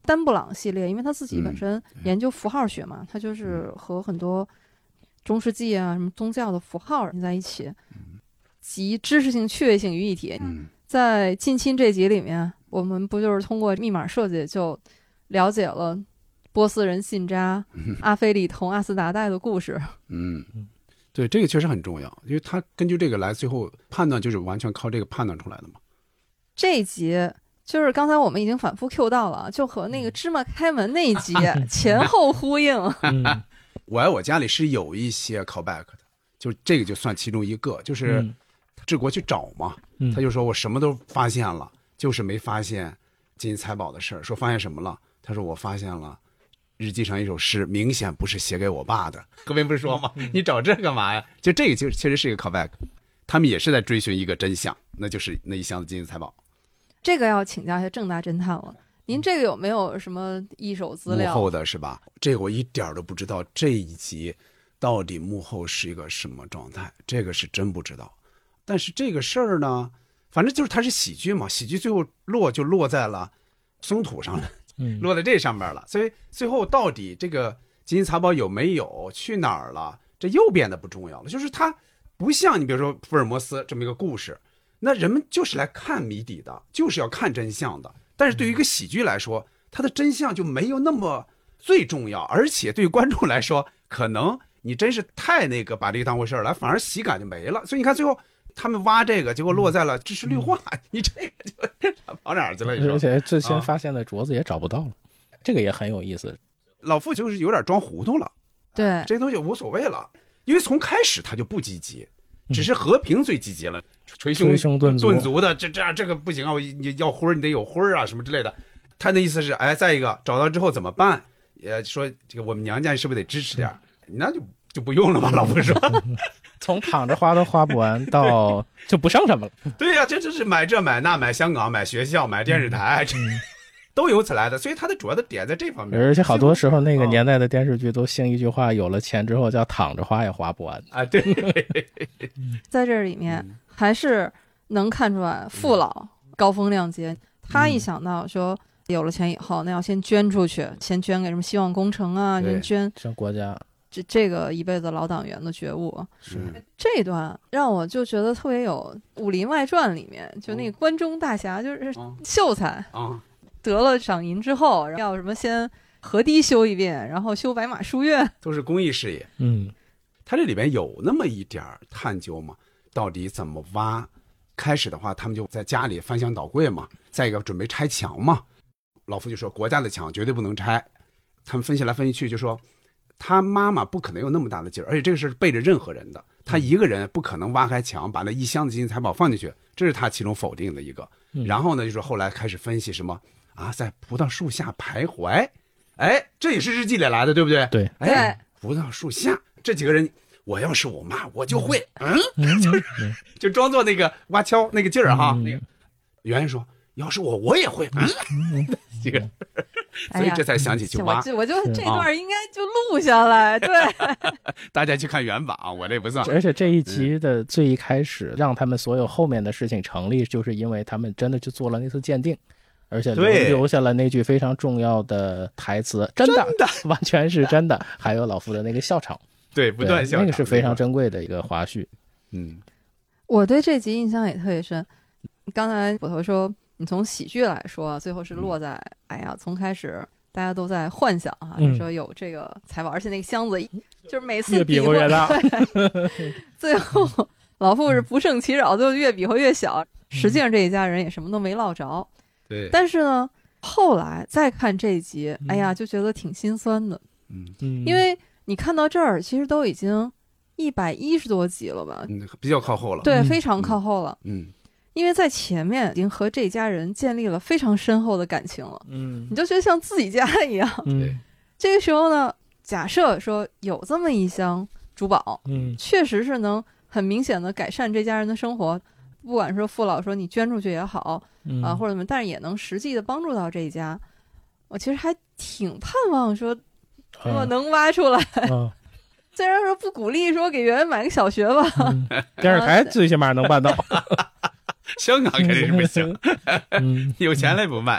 丹布朗系列，因为他自己本身研究符号学嘛，嗯、他就是和很多中世纪啊什么宗教的符号在一起，集知识性、趣味性于一体。 嗯、 在近亲这集里面，我们不就是通过密码设计就了解了波斯人信札、嗯、阿非里同阿斯达代的故事？ 嗯，对，这个确实很重要，因为他根据这个来最后判断，就是完全靠这个判断出来的嘛。 这一集就是刚才我们已经反复 Q 到了，就和那个芝麻开门那一集前后呼应。 嗯、我爱我家里是有一些 callback 的，就这个就算其中一个，就是治国去找嘛，嗯、他就说我什么都发现了，就是没发现金银财宝的事儿。说发现什么了？他说我发现了日记上一首诗，明显不是写给我爸的。各位不是说吗？你找这干嘛呀？就这个就确实是一个 callback， 他们也是在追寻一个真相，那就是那一箱子金银财宝。 这个要请教一下郑大侦探了，您这个有没有什么一手资料？ 幕后的是吧？这个我一点都不知道，这一集到底幕后是一个什么状态，这个是真不知道。但是这个事儿呢，反正就是它是喜剧嘛，喜剧最后落就落在了松土上了，嗯、落在这上面了。所以最后到底这个金银财宝有没有去哪儿了，这又变得不重要了。就是它不像你比如说福尔摩斯这么一个故事。那人们就是来看谜底的，就是要看真相的。但是对于一个喜剧来说，它的真相就没有那么最重要，而且对于观众来说，可能你真是太那个把这个当回事儿了，反而喜感就没了。所以你看最后他们挖这个，结果落在了这是绿化，嗯、你这个就跑哪儿去了？ 而且最先发现的镯子也找不到了，啊、这个也很有意思。 老傅就是有点装糊涂了， 对， 这东西无所谓了，因为从开始他就不积极。只是和平最积极了，捶胸顿足的，这这样这个不行啊！你要灰你得有灰啊，什么之类的。他的意思是，哎，再一个找到之后怎么办？也说这个我们娘家是不是得支持点？那就就不用了吧，老婆说。 从躺着花都花不完到就不剩什么了。 对呀、啊，这就是买这买那，买香港，买学校，买电视台。嗯都由此来的，所以它的主要的点在这方面。 而且好多时候那个年代的电视剧都兴一句话，有了钱之后叫躺着花也花不完啊。对， 在这里面还是能看出来父老高风亮节。他一想到说有了钱以后，那要先捐出去，先捐给什么希望工程啊，先捐像国家。 这这个一辈子老党员的觉悟， 是这一段让我就觉得特别有《武林外传》里面就那个关中大侠，就是秀才啊。得了赏银之后，要什么先河堤修一遍，然后修白马书院， 都是公益事业。嗯，他这里边有那么一点探究嘛，到底怎么挖？开始的话，他们就在家里翻箱倒柜嘛，再一个准备拆墙嘛。老夫就说国家的墙绝对不能拆。他们分析来分析去，就说他妈妈不可能有那么大的劲儿，而且这个是背着任何人的，他一个人不可能挖开墙把那一箱子金银财宝放进去，这是他其中否定的一个。然后呢，就说后来开始分析什么。啊，在葡萄树下徘徊，哎，这也是日记里来的，对不对？ 对， 哎，葡萄树下这几个人，我要是我妈，我就会，嗯，嗯就是就装作那个挖锹那个劲儿哈。嗯、那个圆圆说，要是我，我也会，嗯，这个，所以这才想起去挖。 哎、我就我就这段应该就录下来，啊、对， 大家去看原版啊，我这不算。 而且这一集的最一开始，让他们所有后面的事情成立，就是因为他们真的去做了那次鉴定。而且留下了那句非常重要的台词，真的， 真的完全是真的。还有老夫的那个笑场， 对，不断笑场， 那个是非常珍贵的一个花絮。 嗯， 我对这集印象也特别深。刚才捕头说，你从喜剧来说，最后是落在，嗯、哎呀，从开始大家都在幻想啊，嗯、说有这个财宝，而且那个箱子就是每次比划越大， 最后老妇是不胜其扰，就越比划越小。实际上这一家人也什么都没落着。 对， 但是呢，后来再看这一集，嗯、哎呀，就觉得挺心酸的。 嗯， 因为你看到这儿，其实都已经一百一十多集了吧？ 嗯，比较靠后了。 对，嗯、非常靠后了。 嗯， 因为在前面已经和这家人建立了非常深厚的感情了。 嗯， 你就觉得像自己家一样。 嗯， 这个时候呢，假设说有这么一箱珠宝， 嗯， 确实是能很明显的改善这家人的生活。不管说父老说你捐出去也好， 嗯、 啊或者怎么，但是也能实际的帮助到这一家。我其实还挺盼望说，我能挖出来。 嗯、 虽然说不鼓励说给圆圆买个小学吧， 嗯、电视台最起码能办到。 香港肯定是不行， 嗯、 有钱了也不卖。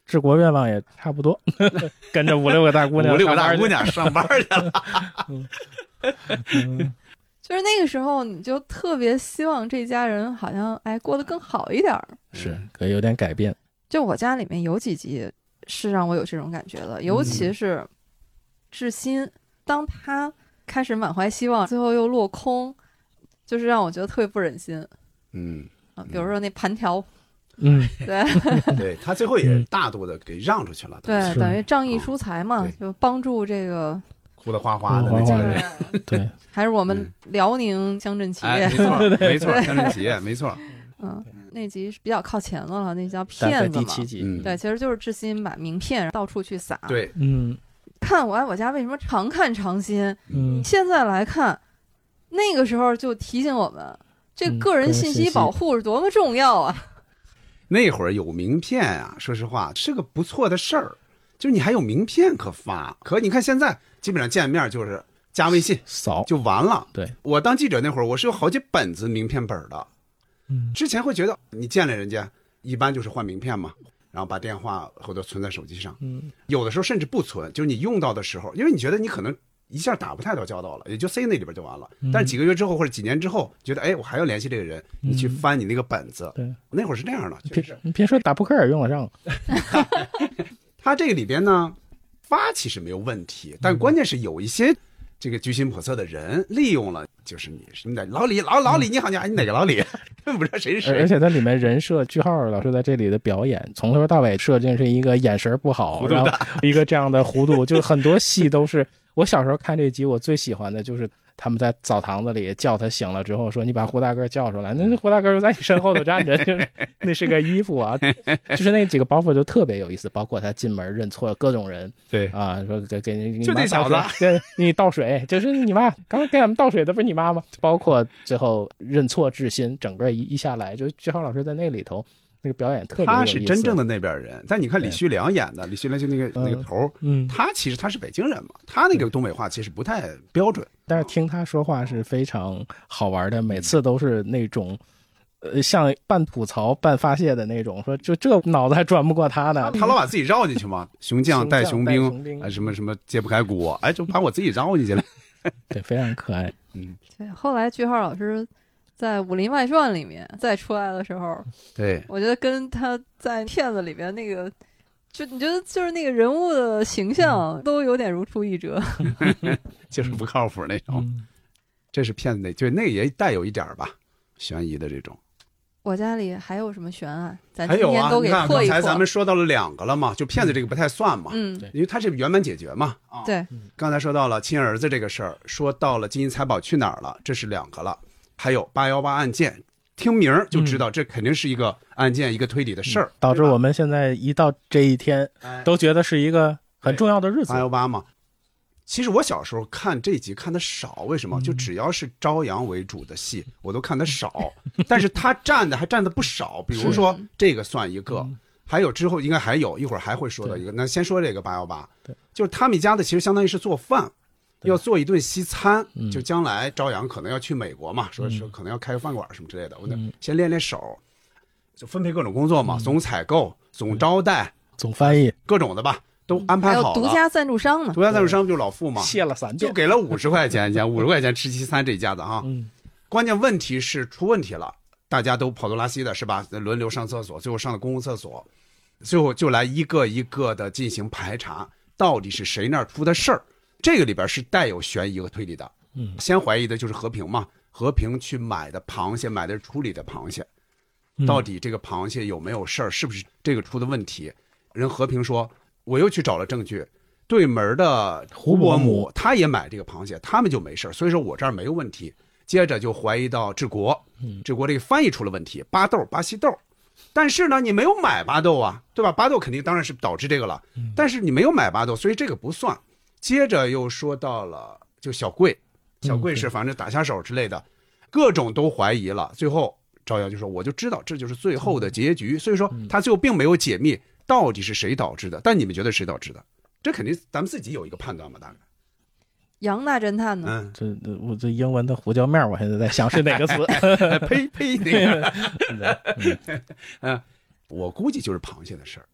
治国愿望也差不多，跟着五六个大姑娘五六个大姑娘上班去了。 嗯嗯就是那个时候，你就特别希望这家人好像哎过得更好一点， 是可以有点改变。 就我家里面有几集是让我有这种感觉的，尤其是志新，当他开始满怀希望，最后又落空，就是让我觉得特别不忍心。 嗯啊，比如说那盘条， 嗯， 对， 对他最后也大度的给让出去了， 对，等于仗义疏财嘛，就帮助这个哭得哗哗的那几个人， 对， 还是我们辽宁乡镇企业， 没错，没错，乡镇企业，没错。 嗯，那集是比较靠前的了，那叫骗子嘛。 第七集， 嗯， 对，其实就是志新把名片到处去撒。 对， 嗯， 看《我爱我家》为什么常看常新？ 嗯， 现在来看，那个时候就提醒我们，这个个人信息保护是多么重要啊！ 那会儿有名片啊，说实话是个不错的事儿，就是你还有名片可发。可你看现在基本上见面就是加微信扫就完了。 对， 我当记者那会儿，我是有好几本子名片本的。 嗯， 之前会觉得你见了人家，一般就是换名片嘛，然后把电话或者存在手机上。 嗯， 有的时候甚至不存，就是你用到的时候，因为你觉得你可能一下打不太到交道了，也就塞那里边就完了。 嗯、 但是几个月之后或者几年之后，觉得哎，我还要联系这个人， 嗯、 你去翻你那个本子。 对， 那会儿是这样的。 别你别说打扑克也用得上。 他这个里边呢，发其实没有问题，但关键是有一些这个居心叵测的人利用了，就是你什么的老李老老李你好，你好，你哪个老李？根本不知道谁是谁。 而且它里面人设，句号老师在这里的表演，从头到尾设定是一个眼神不好，然后一个这样的弧度，就很多戏都是我小时候看这集，我最喜欢的就是他们在澡堂子里叫他醒了之后说你把胡大哥叫出来，那胡大哥就在你身后头站着，就是那是个衣服啊，就是那几个包袱就特别有意思，包括他进门认错各种人， 对啊，说给给你就那小子给你倒水，就是你妈刚刚给俺们倒水的不是你妈吗？包括最后认错志新，整个一一下来，就句号老师在那里头那个表演特别有意思。 他是真正的那边人，但你看李旭良演的，李旭良就那个那个头，嗯，他其实他是北京人嘛，他那个东北话其实不太标准， 但是听他说话是非常好玩的，每次都是那种呃像半吐槽半发泄的那种，说就这脑子还转不过他呢， 他老把自己绕进去嘛，熊将带熊兵，哎什么什么揭不开锅，哎就把我自己绕进去了， 对，非常可爱， 嗯， 对，后来句号老师在《武林外传》里面再出来的时候， 对， 我觉得跟他在骗子里边那个，就你觉得就是那个人物的形象都有点如出一辙， 就是不靠谱那种。嗯、这是骗子那，就那个也带有一点吧悬疑的这种。 我家里还有什么悬案？咱今天都给破一破。 还有啊，你看刚才咱们说到了两个了嘛，就骗子这个不太算嘛， 嗯， 因为他是圆满解决嘛。 啊、对， 刚才说到了亲儿子这个事儿，说到了金银财宝去哪儿了，这是两个了。还有八幺八案件，听名儿就知道这肯定是一个案件、嗯、一个推理的事儿、嗯， 导致我们现在一到这一天，都觉得是一个很重要的日子。 八幺八嘛，其实我小时候看这集看的少，为什么？就只要是朝阳为主的戏，我都看的少。但是他占的还占的不少，比如说这个算一个，还有之后应该还有一会儿还会说到一个。那先说这个八幺八，就是他们家的其实相当于是做饭。要做一顿西餐，就将来朝阳可能要去美国嘛，说说可能要开个饭馆什么之类的，我得先练练手，就分配各种工作嘛，总采购、总招待、 总翻译， 各种的吧，都安排好了。 还有独家赞助商呢， 独家赞助商就是老傅嘛， 谢了三遍， 就给了五十块钱钱，五十块钱吃西餐这一家子哈。 嗯， 关键问题是出问题了，大家都跑东拉西的，是吧？轮流上厕所，最后上了公共厕所，最后就来一个一个的进行排查，到底是谁那儿出的事儿。这个里边是带有悬疑和推理的，嗯，先怀疑的就是和平嘛，和平去买的螃蟹，买的是处理的螃蟹，到底这个螃蟹有没有事儿，是不是这个出的问题？人和平说，我又去找了证据，对门的胡伯母他也买这个螃蟹，他们就没事儿，所以说我这儿没有问题。接着就怀疑到治国，治国这个翻译出了问题，巴豆巴西豆，但是呢你没有买巴豆啊，对吧？巴豆肯定当然是导致这个了，但是你没有买巴豆，所以这个不算。接着又说到了就小贵，小贵是反正打下手之类的，嗯、各种都怀疑了。最后朝阳就说我就知道这就是最后的结局，所以说他最后并没有解密到底是谁导致的。但你们觉得谁导致的？这肯定咱们自己有一个判断嘛，大概。 杨大侦探呢？ 嗯， 这我这英文的胡椒面，我现在在想是哪个词？ 呸呸，那个，嗯，我估计就是螃蟹的事儿。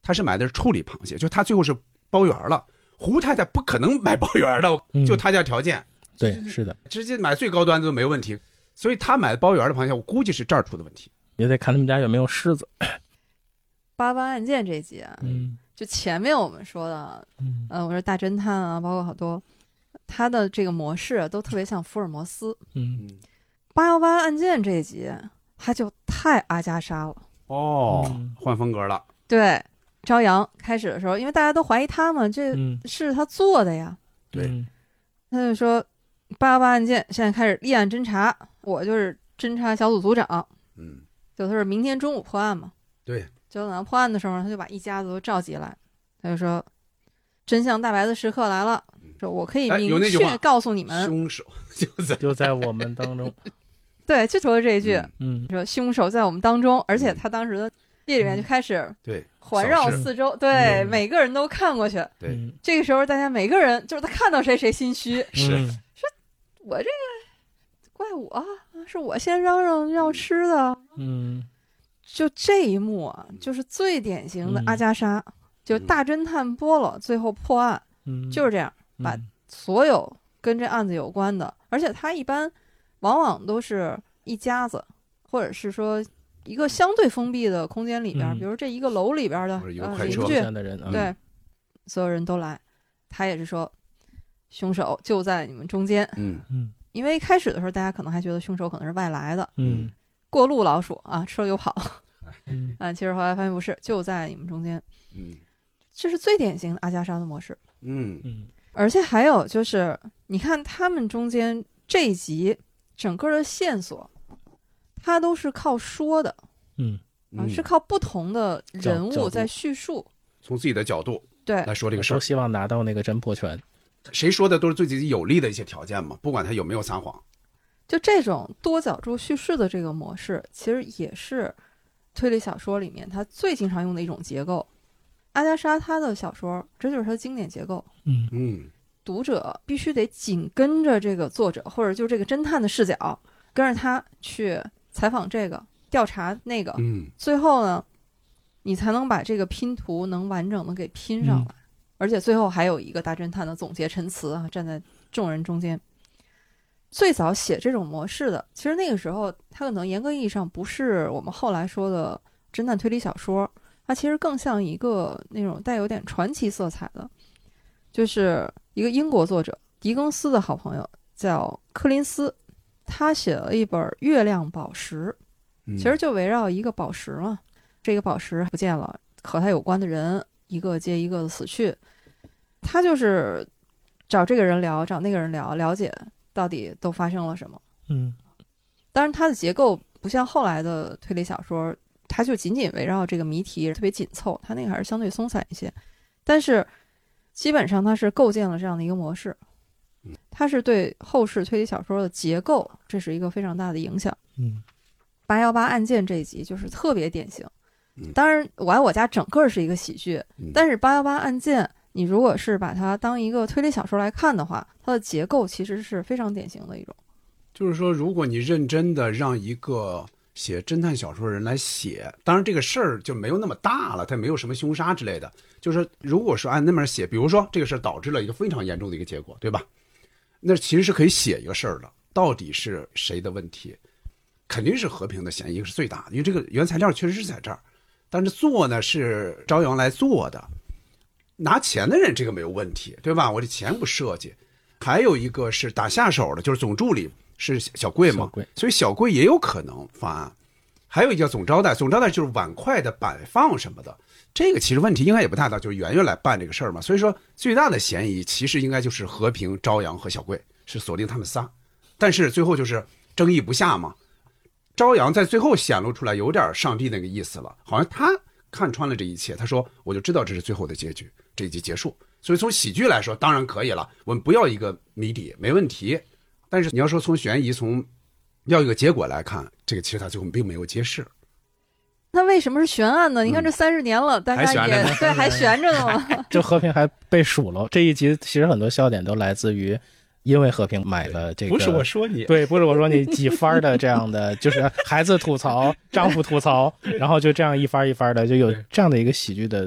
他是买的是处理螃蟹，就他最后是包圆了。胡太太不可能买包圆的，就他家条件。 嗯、对，是的， 直接买最高端的都没问题。所以他买包圆的螃蟹，我估计是这儿出的问题。 也得看他们家有没有狮子。 八八案件这集啊， 嗯， 就前面我们说的，嗯、呃，我说大侦探啊，包括好多他的这个模式都特别像福尔摩斯。 嗯， 八幺八案件这一集他就太阿加莎了。 哦，嗯、换风格了。 对，朝阳开始的时候，因为大家都怀疑他嘛，这是他做的呀。 对、嗯， 他就说八幺八案件现在开始立案侦查，我就是侦查小组组长。 嗯， 就他是明天中午破案嘛。 对。 就等到破案的时候，他就把一家子都召集来，他就说：“真相大白的时刻来了，说我可以明确告诉你们， 凶手就在就在我们当中。” 对，就说了这一句， 嗯， 说凶手在我们当中，而且他当时的夜里面就开始对环绕四周，对、嗯、每个人都看过去。 对， 这个时候大家每个人就是他看到谁谁心虚， 是说我这个怪我，是我先嚷嚷要吃的， 嗯。 就这一幕啊，就是最典型的阿加莎，嗯、就大侦探波罗最后破案， 嗯， 就是这样，把所有跟这案子有关的，而且他一般往往都是一家子，或者是说一个相对封闭的空间里边，嗯、比如这一个楼里边的呃邻居的人、啊， 对，所有人都来，他也是说凶手就在你们中间， 嗯嗯，因为一开始的时候大家可能还觉得凶手可能是外来的， 嗯。 过路老鼠啊，吃了又跑， 嗯， 啊，其实后来发现不是，就在你们中间， 嗯， 这是最典型的阿加莎的模式， 嗯嗯， 而且还有就是，你看他们中间这一集整个的线索，它都是靠说的， 嗯啊，是靠不同的人物在叙述， 从自己的角度对来说这个事儿， 都希望拿到那个侦破权， 谁说的都是对自己有利的一些条件嘛，不管他有没有撒谎。 就这种多角度叙事的这个模式，其实也是推理小说里面它最经常用的一种结构。阿加莎她的小说，这就是她的经典结构。 嗯嗯， 读者必须得紧跟着这个作者，或者就这个侦探的视角，跟着他去采访这个、调查那个。 嗯， 最后呢，你才能把这个拼图能完整的给拼上来。嗯、而且最后还有一个大侦探的总结陈词啊，站在众人中间。最早写这种模式的，其实那个时候它可能严格意义上不是我们后来说的侦探推理小说，它其实更像一个那种带有点传奇色彩的，就是一个英国作者狄更斯的好朋友叫柯林斯，他写了一本《月亮宝石》，其实就围绕一个宝石嘛，这个宝石不见了，和他有关的人一个接一个的死去，他就是找这个人聊，找那个人聊，了解到底都发生了什么。 嗯， 当然它的结构不像后来的推理小说，它就仅仅围绕这个谜题特别紧凑，它那个还是相对松散一些，但是基本上它是构建了这样的一个模式，它是对后世推理小说的结构这是一个非常大的影响。 嗯， 八幺八案件这一集就是特别典型，当然我爱我家整个是一个喜剧，但是八幺八案件你如果是把它当一个推理小说来看的话，它的结构其实是非常典型的一种。 就是说，如果你认真的让一个写侦探小说的人来写，当然这个事儿就没有那么大了，它没有什么凶杀之类的。就是如果说按那么写，比如说这个事儿导致了一个非常严重的一个结果，对吧？那其实是可以写一个事儿的，到底是谁的问题？肯定是和平的嫌疑是最大的，因为这个原材料确实是在这儿，但是做呢是朝阳来做的。拿钱的人这个没有问题，对吧？我这钱不设计。还有一个是打下手的，就是总助理是小贵嘛，所以小贵也有可能犯案。还有一个叫总招待，总招待就是碗筷的摆放什么的，这个其实问题应该也不太大，就是圆圆来办这个事儿嘛。所以说最大的嫌疑其实应该就是和平、朝阳和小贵，是锁定他们仨。但是最后就是争议不下嘛，朝阳在最后显露出来有点上帝那个意思了，好像他看穿了这一切，他说我就知道这是最后的结局，这一集结束。所以从喜剧来说当然可以了，我们不要一个谜底没问题，但是你要说从悬疑从要一个结果来看，这个其实他最后并没有揭示。 那为什么是悬案呢？你看这三十年了、嗯、大家也对还悬着呢吗？ 这和平还被数了。这一集其实很多笑点都来自于因为和平买了这个， 不是我说你， 对，不是我说你几番的这样的，就是孩子吐槽，丈夫吐槽，然后就这样一番一番的，就有这样的一个喜剧的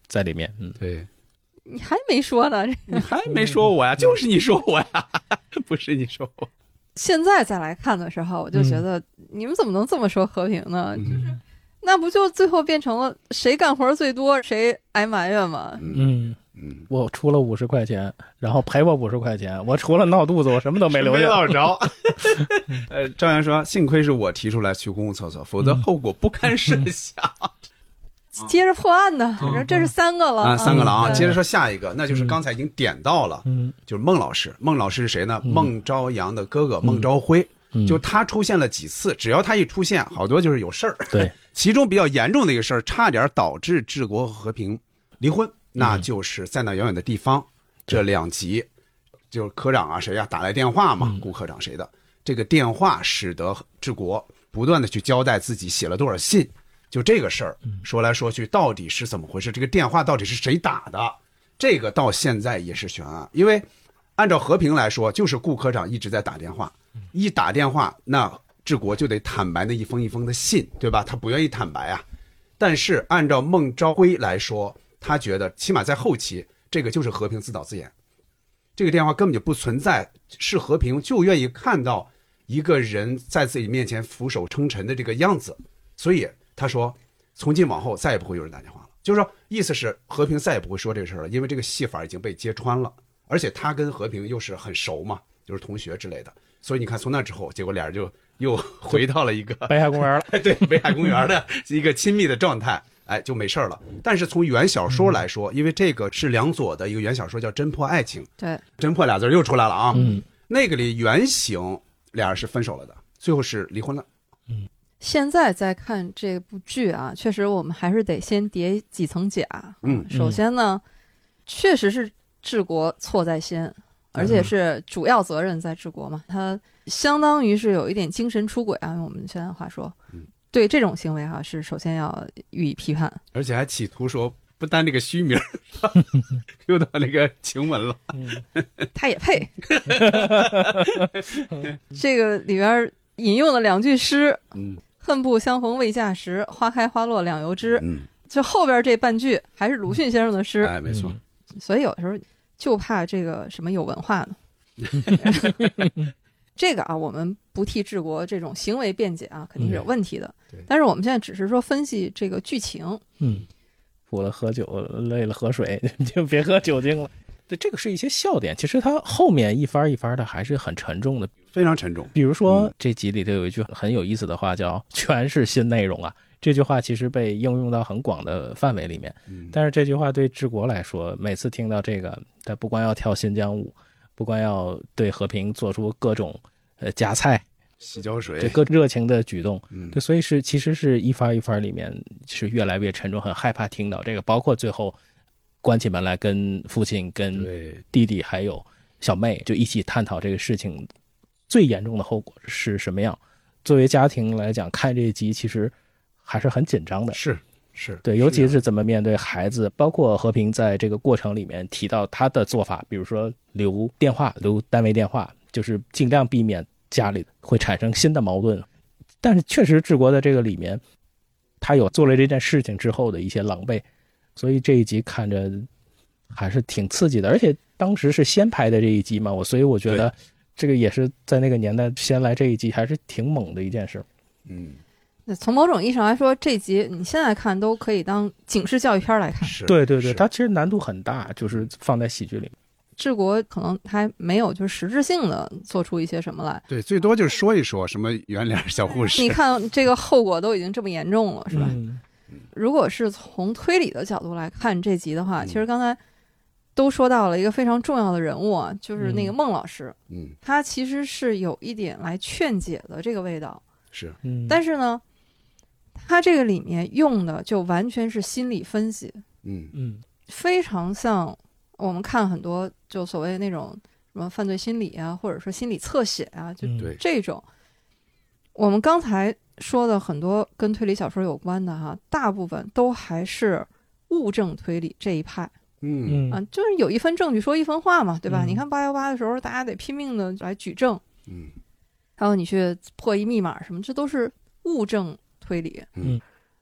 在里面。嗯， 对， 你还没说呢， 你还没说我呀，就是你说我呀，不是你说我。 现在再来看的时候，我就觉得、嗯、你们怎么能这么说和平呢？嗯、就是那不就最后变成了谁干活最多谁挨埋怨吗？ 嗯嗯，我出了五十块钱，然后赔我五十块钱，我除了闹肚子，我什么都没留下。 没落着。呃，张扬说，幸亏是我提出来去公共厕所，否则后果不堪设想。嗯接着破案呢，嗯、这是三个了啊，三个了啊。接着说下一个，那就是刚才已经点到了， 嗯， 就是孟老师。孟老师是谁呢？嗯、孟朝阳的哥哥孟朝辉，嗯、就他出现了几次，只要他一出现，好多就是有事儿。 对， 其中比较严重的一个事儿，差点导致治国和平离婚，那就是在那遥远的地方，这两集，就是科长啊谁呀、啊、打来电话嘛，嗯、顾科长谁的，这个电话使得治国不断的去交代自己写了多少信。就这个事儿说来说去到底是怎么回事，这个电话到底是谁打的，这个到现在也是悬案。因为按照和平来说，就是顾科长一直在打电话，一打电话那治国就得坦白那一封一封的信，对吧？他不愿意坦白啊。但是按照孟朝辉来说，他觉得起码在后期这个就是和平自导自演，这个电话根本就不存在，是和平就愿意看到一个人在自己面前俯首称臣的这个样子，所以他说从今往后再也不会有人打电话了，就是说意思是和平再也不会说这个事了，因为这个戏法已经被揭穿了，而且他跟和平又是很熟嘛，就是同学之类的，所以你看从那之后结果俩人就又回到了一个北海公园了对，北海公园的一个亲密的状态，哎，就没事了。但是从原小说来说、嗯、因为这个是梁左的一个原小说叫侦破爱情， 对， 侦破俩字又出来了啊， 嗯， 那个里原型俩人是分手了的，最后是离婚了。 嗯， 现在再看这部剧啊，确实我们还是得先叠几层甲。 嗯， 首先呢，确实是治国错在先，而且是主要责任在治国嘛，他相当于是有一点精神出轨啊，用我们现在话说， 嗯， 对这种行为哈、啊，是首先要予以批判， 而且还企图说不单这个虚名又到那个晴雯了， 他也配。这个里边引用了两句诗， 嗯， 恨不相逢未嫁时，花开花落两由知。 嗯， 就后边这半句还是鲁迅先生的诗， 哎，没错。 所以有的时候就怕这个什么有文化呢。这个啊，我们不替治国这种行为辩解啊，肯定是有问题的。 嗯、 但是我们现在只是说分析这个剧情。 嗯，苦了喝酒，累了喝水，就别喝酒精了。对，这个是一些笑点，其实它后面一番一番的还是很沉重的， 非常沉重。 比如说、嗯、这集里头有一句很有意思的话，叫全是新内容啊。这句话其实被应用到很广的范围里面， 嗯、 但是这句话对治国来说，每次听到这个，他不光要跳新疆舞，不光要对和平做出各种呃夹菜、 洗脚水， 这个热情的举动， 嗯， 对，所以是其实是一番一番里面是越来越沉重，很害怕听到这个，包括最后关起门来跟父亲、跟弟弟还有小妹就一起探讨这个事情最严重的后果是什么样。作为家庭来讲，看这一集其实还是很紧张的， 是是， 对，尤其是怎么面对孩子，包括和平在这个过程里面提到他的做法，比如说留电话、留单位电话，就是尽量避免家里会产生新的矛盾。但是确实治国的这个里面，他有做了这件事情之后的一些狼狈，所以这一集看着还是挺刺激的。而且当时是先拍的这一集嘛，我所以我觉得这个也是在那个年代先来这一集还是挺猛的一件事。 嗯。 那从某种意义上来说，这集你现在看都可以当警示教育片来看。 对对对，它其实难度很大，就是放在喜剧里面。 治国可能还没有就是实质性的做出一些什么来。 对，最多就是说一说什么圆脸小护士。 你看这个后果都已经这么严重了，是吧？ 嗯、 如果是从推理的角度来看这集的话，嗯、其实刚才都说到了一个非常重要的人物啊，就是那个孟老师。 嗯， 他其实是有一点来劝解的这个味道。 是， 嗯， 但是呢。他这个里面用的就完全是心理分析， 嗯嗯， 非常像我们看很多就所谓那种什么犯罪心理啊，或者说心理侧写啊，就这种。 嗯、 我们刚才说的很多跟推理小说有关的哈，大部分都还是物证推理这一派。 嗯啊，就是有一分证据说一分话嘛，对吧？嗯、你看八幺八的时候，大家得拼命的来举证， 嗯， 还有你去破译密码什么，这都是物证推理。 嗯，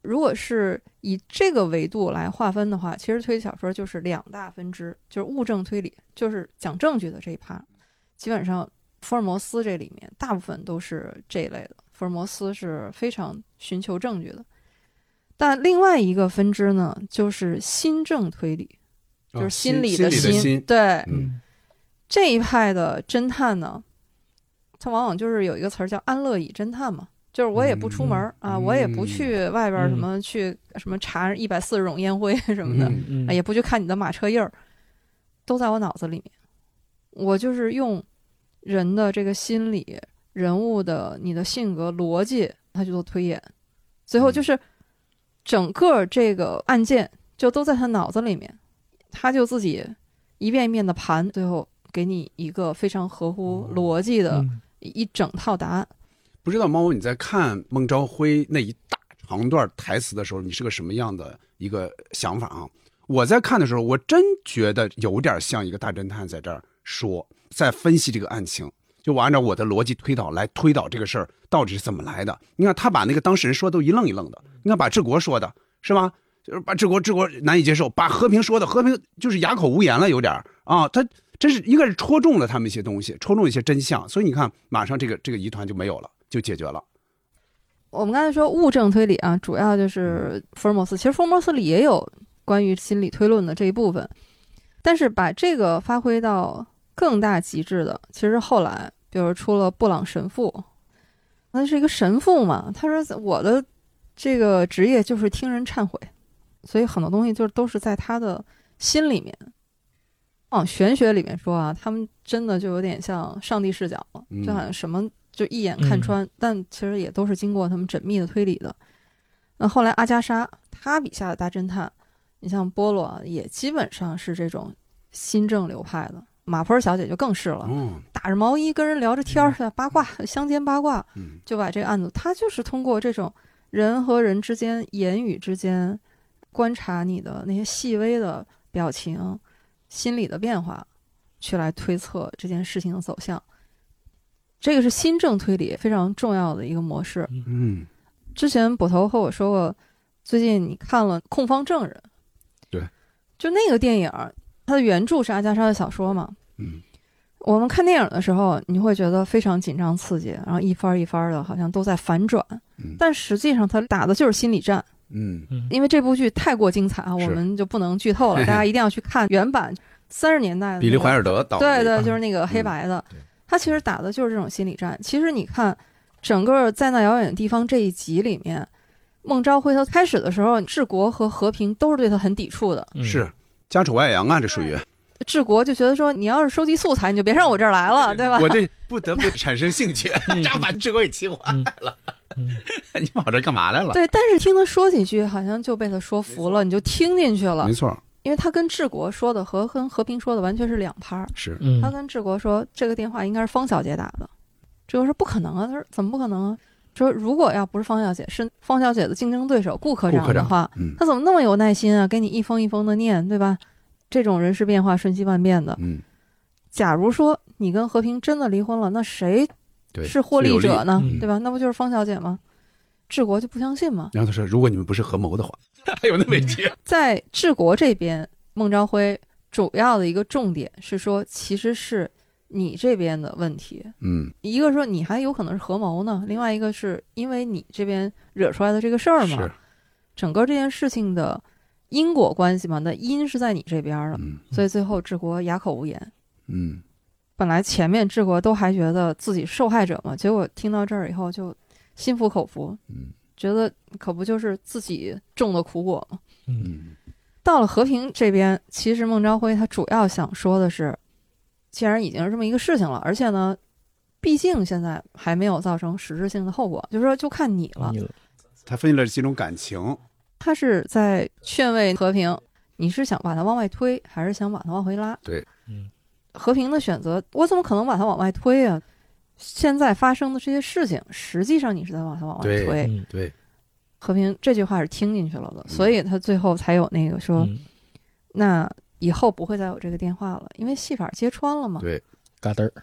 如果是以这个维度来划分的话，其实推理小说就是两大分支，就是物证推理，就是讲证据的这一趴。基本上福尔摩斯这里面大部分都是这一类的，福尔摩斯是非常寻求证据的。但另外一个分支呢，就是心证推理，就是心理的 心,、哦、心, 心, 的心对、嗯，这一派的侦探呢，他往往就是有一个词儿叫安乐椅侦探嘛，就是我也不出门、嗯、啊、嗯，我也不去外边什么、嗯、去什么查一百四十种烟灰什么的、嗯嗯啊，也不去看你的马车印儿，都在我脑子里面。我就是用人的这个心理、人物的你的性格、逻辑，他去做推演，最后就是整个这个案件就都在他脑子里面，他就自己一遍一遍的盘，最后给你一个非常合乎逻辑的一整套答案。 不知道猫你在看孟昭辉那一大长段台词的时候，你是个什么样的一个想法啊？我在看的时候，我真觉得有点像一个大侦探在这儿说，在分析这个案情，就我按照我的逻辑推导来推导这个事儿到底是怎么来的。你看他把那个当事人说的都一愣一愣的，你看把治国说的是吧，就是把治国治国难以接受，把和平说的和平就是哑口无言了，有点啊，他真是一个是戳中了他们一些东西，戳中一些真相，所以你看马上这个这个疑团就没有了，就解决了。 我们刚才说物证推理啊，主要就是福尔摩斯，其实福尔摩斯里也有关于心理推论的这一部分，但是把这个发挥到更大极致的，其实后来比如出了布朗神父，他是一个神父嘛，他说我的这个职业就是听人忏悔，所以很多东西就都是在他的心里面。往玄学里面说啊，他们真的就有点像上帝视角了，就好像什么就一眼看穿、嗯、但其实也都是经过他们缜密的推理的。那后来阿加莎他笔下的大侦探，你像波洛也基本上是这种心证流派的，马普尔小姐就更是了、嗯、打着毛衣跟人聊着天儿、嗯、八卦乡间八卦、嗯、就把这个案子，他就是通过这种人和人之间言语之间观察你的那些细微的表情心理的变化去来推测这件事情的走向。这个是心证推理非常重要的一个模式。 嗯， 之前捕头和我说过，最近你看了控方证人， 对， 就那个电影它的原著是阿加莎的小说嘛， 嗯， 我们看电影的时候你会觉得非常紧张刺激，然后一番一番的好像都在反转、嗯、但实际上它打的就是心理战。 嗯， 因为这部剧太过精彩啊，我们就不能剧透了，大家一定要去看原版三十年代的、那个、 比利怀尔德导的， 对对，就是那个黑白的、嗯、他其实打的就是这种心理战。其实你看整个在那遥远的地方这一集里面，孟昭辉他开始的时候治国和和平都是对他很抵触的、 嗯、是家丑外扬啊，这属于治国就觉得说你要是收集素材你就别上我这儿来了，对吧？ 我这不得不产生兴趣，这样把治国给气坏了、嗯嗯、你跑这干嘛来了？ 对，但是听他说几句好像就被他说服了，你就听进去了。 没错， 因为他跟治国说的和跟和平说的完全是两拍。 是， 他跟治国说这个电话应该是方小姐打的，治国说不可能啊，他说怎么不可能啊？说如果要不是方小姐，是方小姐的竞争对手顾科长的话、嗯、他怎么那么有耐心啊，给你一封一封的念，对吧？这种人事变化瞬息万变的， 嗯， 假如说你跟和平真的离婚了，那谁是获利者呢？ 对, 对吧？那不就是方小姐吗？治国就不相信嘛。 然后他说如果你们不是合谋的话，还有那么一句。 在治国这边，孟昭辉主要的一个重点是说其实是你这边的问题， 嗯， 一个说你还有可能是合谋呢，另外一个是因为你这边惹出来的这个事儿嘛， 是整个这件事情的因果关系嘛，那因是在你这边了、嗯、所以最后治国哑口无言。 嗯， 本来前面治国都还觉得自己受害者嘛，结果听到这儿以后就心服口服， 嗯， 觉得可不就是自己种的苦果吗？ 嗯， 到了和平这边，其实孟昭辉他主要想说的是，既然已经是这么一个事情了，而且呢毕竟现在还没有造成实质性的后果，就是说就看你了。 他分析了几种感情， 他是在劝慰和平，你是想把它往外推还是想把它往回拉？ 对， 嗯， 和平的选择，我怎么可能把它往外推啊？现在发生的这些事情，实际上你是在把它往外推。 对，嗯、对， 和平这句话是听进去了的、嗯，所以他最后才有那个说，嗯、那以后不会再有这个电话了，因为戏法揭穿了嘛。 对， 嘎噔儿。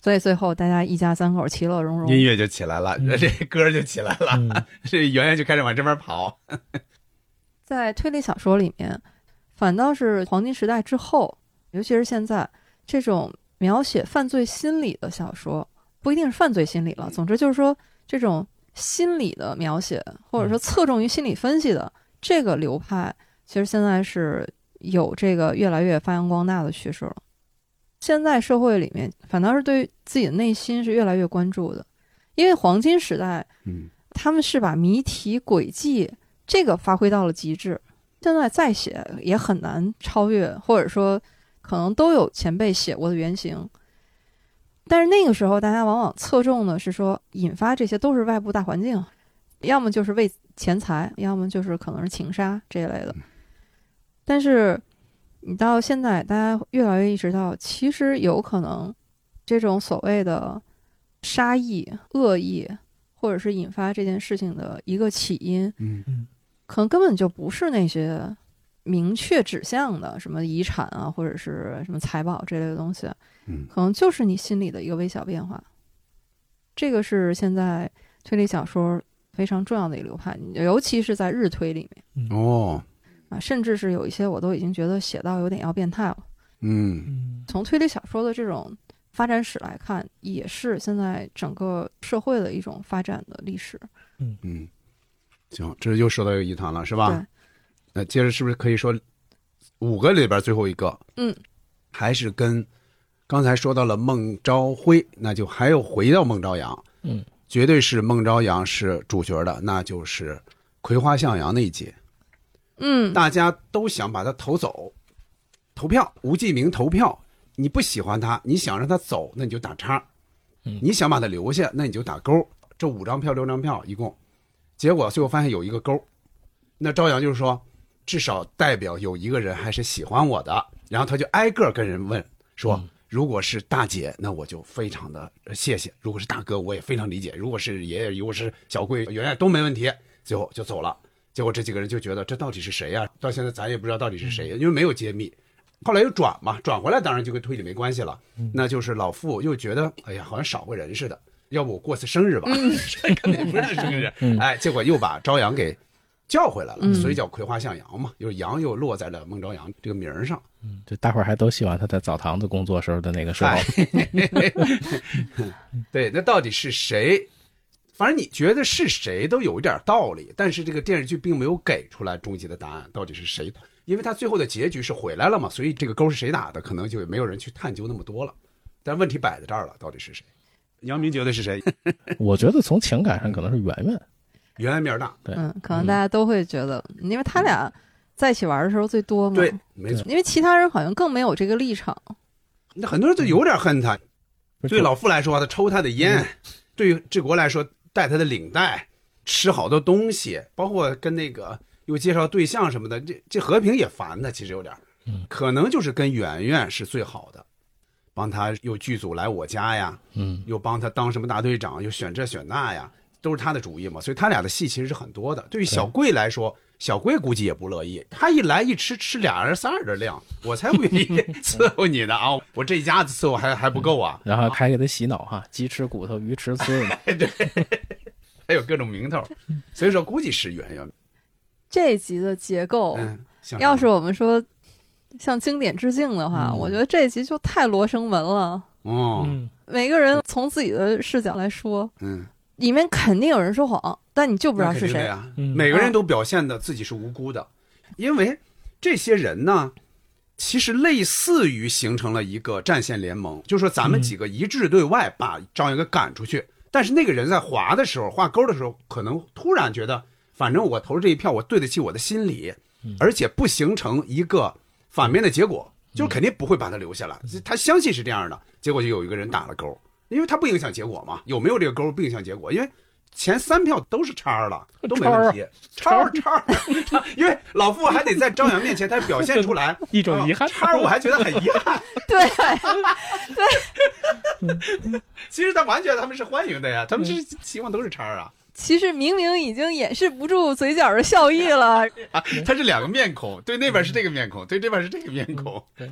所以最后大家一家三口其乐融融， 音乐就起来了，嗯、这歌就起来了，嗯、这圆圆就开始往这边跑。 在推理小说里面，反倒是黄金时代之后，尤其是现在这种描写犯罪心理的小说，不一定是犯罪心理了，总之就是说这种心理的描写，或者说侧重于心理分析的、嗯、这个流派，其实现在是有这个越来越发扬光大的趋势了。现在社会里面反倒是对自己的内心是越来越关注的，因为黄金时代，嗯，他们是把谜题轨迹这个发挥到了极致，现在再写也很难超越，或者说可能都有前辈写过的原型。但是那个时候大家往往侧重的是说引发这些都是外部大环境，要么就是为钱财，要么就是可能是情杀这一类的。但是你到现在大家越来越意识到，其实有可能这种所谓的杀意恶意，或者是引发这件事情的一个起因，嗯，可能根本就不是那些明确指向的什么遗产啊，或者是什么财宝这类的东西，嗯，可能就是你心里的一个微小变化。这个是现在推理小说非常重要的一个流派，尤其是在日推里面。 哦， 啊，甚至是有一些我都已经觉得写到有点要变态了。 嗯， 从推理小说的这种发展史来看，也是现在整个社会的一种发展的历史。 嗯嗯，行，这又说到一堂了，是吧？对。那接着是不是可以说五个里边最后一个？ 嗯， 还是跟刚才说到了孟昭辉，那就还要回到孟朝阳。 嗯， 绝对是孟朝阳是主角的，那就是葵花向阳那一节。 嗯， 大家都想把他投走，投票，吴继明投票，你不喜欢他，你想让他走，那你就打叉， 嗯， 你想把他留下，那你就打勾。这五张票六张票一共，结果最后发现有一个勾，那朝阳就是说至少代表有一个人还是喜欢我的，然后他就挨个跟人问说、嗯、如果是大姐那我就非常的谢谢，如果是大哥我也非常理解，如果是爷爷如果是小贵圆圆都没问题，最后就走了。结果这几个人就觉得这到底是谁呀、啊？到现在咱也不知道到底是谁，因为没有揭秘。后来又转嘛，转回来当然就跟推理没关系了。嗯、那就是老傅又觉得，哎呀，好像少个人似的，要不我过次生日吧？ 嗯、 肯定不是生日。 嗯、 哎，结果又把朝阳给叫回来了，嗯、所以叫葵花向阳嘛，就是阳又落在了孟朝阳这个名上。 嗯，就大伙儿还都喜欢他在澡堂子工作时候的那个时候。 对，那到底是谁？反正你觉得是谁都有一点道理，但是这个电视剧并没有给出来终极的答案，到底是谁？因为他最后的结局是回来了嘛，所以这个勾是谁打的，可能就没有人去探究那么多了。但问题摆在这儿了，到底是谁？杨明觉得是谁？ 我觉得从情感上可能是圆圆， 圆圆面大。 对， 嗯，可能大家都会觉得，嗯、因为他俩在一起玩的时候最多嘛。 对，没错。 因为其他人好像更没有这个立场。 那很多人就有点恨他。 嗯、 对老傅来说，他抽他的烟；嗯、对于治国来说，带他的领带，吃好多东西，包括跟那个又介绍对象什么的，这这和平也烦他，其实有点， 嗯， 可能就是跟圆圆是最好的，帮他又剧组来我家呀， 嗯， 又帮他当什么大队长，又选这选那呀，都是他的主意嘛，所以他俩的戏其实是很多的。对于小贵来说，小贵估计也不乐意，他一来一吃吃俩人仨人的量，我才不愿意伺候你呢啊！我这一家子伺候还还不够啊！ 然后还给他洗脑哈，鸡吃骨头，鱼吃刺嘛， 对，还有各种名头，所以说估计是圆圆。 这一集的结构， 嗯、 要是我们说像经典致敬的话，嗯、我觉得这一集就太罗生门了。 哦， 每个人从自己的视角来说， 嗯。 里面肯定有人说谎，但你就不知道是谁啊！每个人都表现的自己是无辜的，因为这些人呢，其实类似于形成了一个战线联盟，就是说咱们几个一致对外把朝阳给赶出去。嗯、但是那个人在划的时候、画勾的时候，可能突然觉得，反正我投这一票，我对得起我的心理， 嗯、 而且不形成一个反面的结果，就肯定不会把他留下来。嗯、他相信是这样的，结果就有一个人打了勾。因为它不影响结果嘛，有没有这个勾不影响结果，因为前三票都是叉了，都没问题。叉叉，因为老傅还得在朝阳面前，他表现出来一种遗憾。 叉我还觉得很遗憾。 对对，其实他完全他们是欢迎的呀，他们是希望都是叉啊。 其实明明已经掩饰不住嘴角的笑意了。 啊，他是两个面孔，对那边是这个面孔，对这边是这个面孔。 对。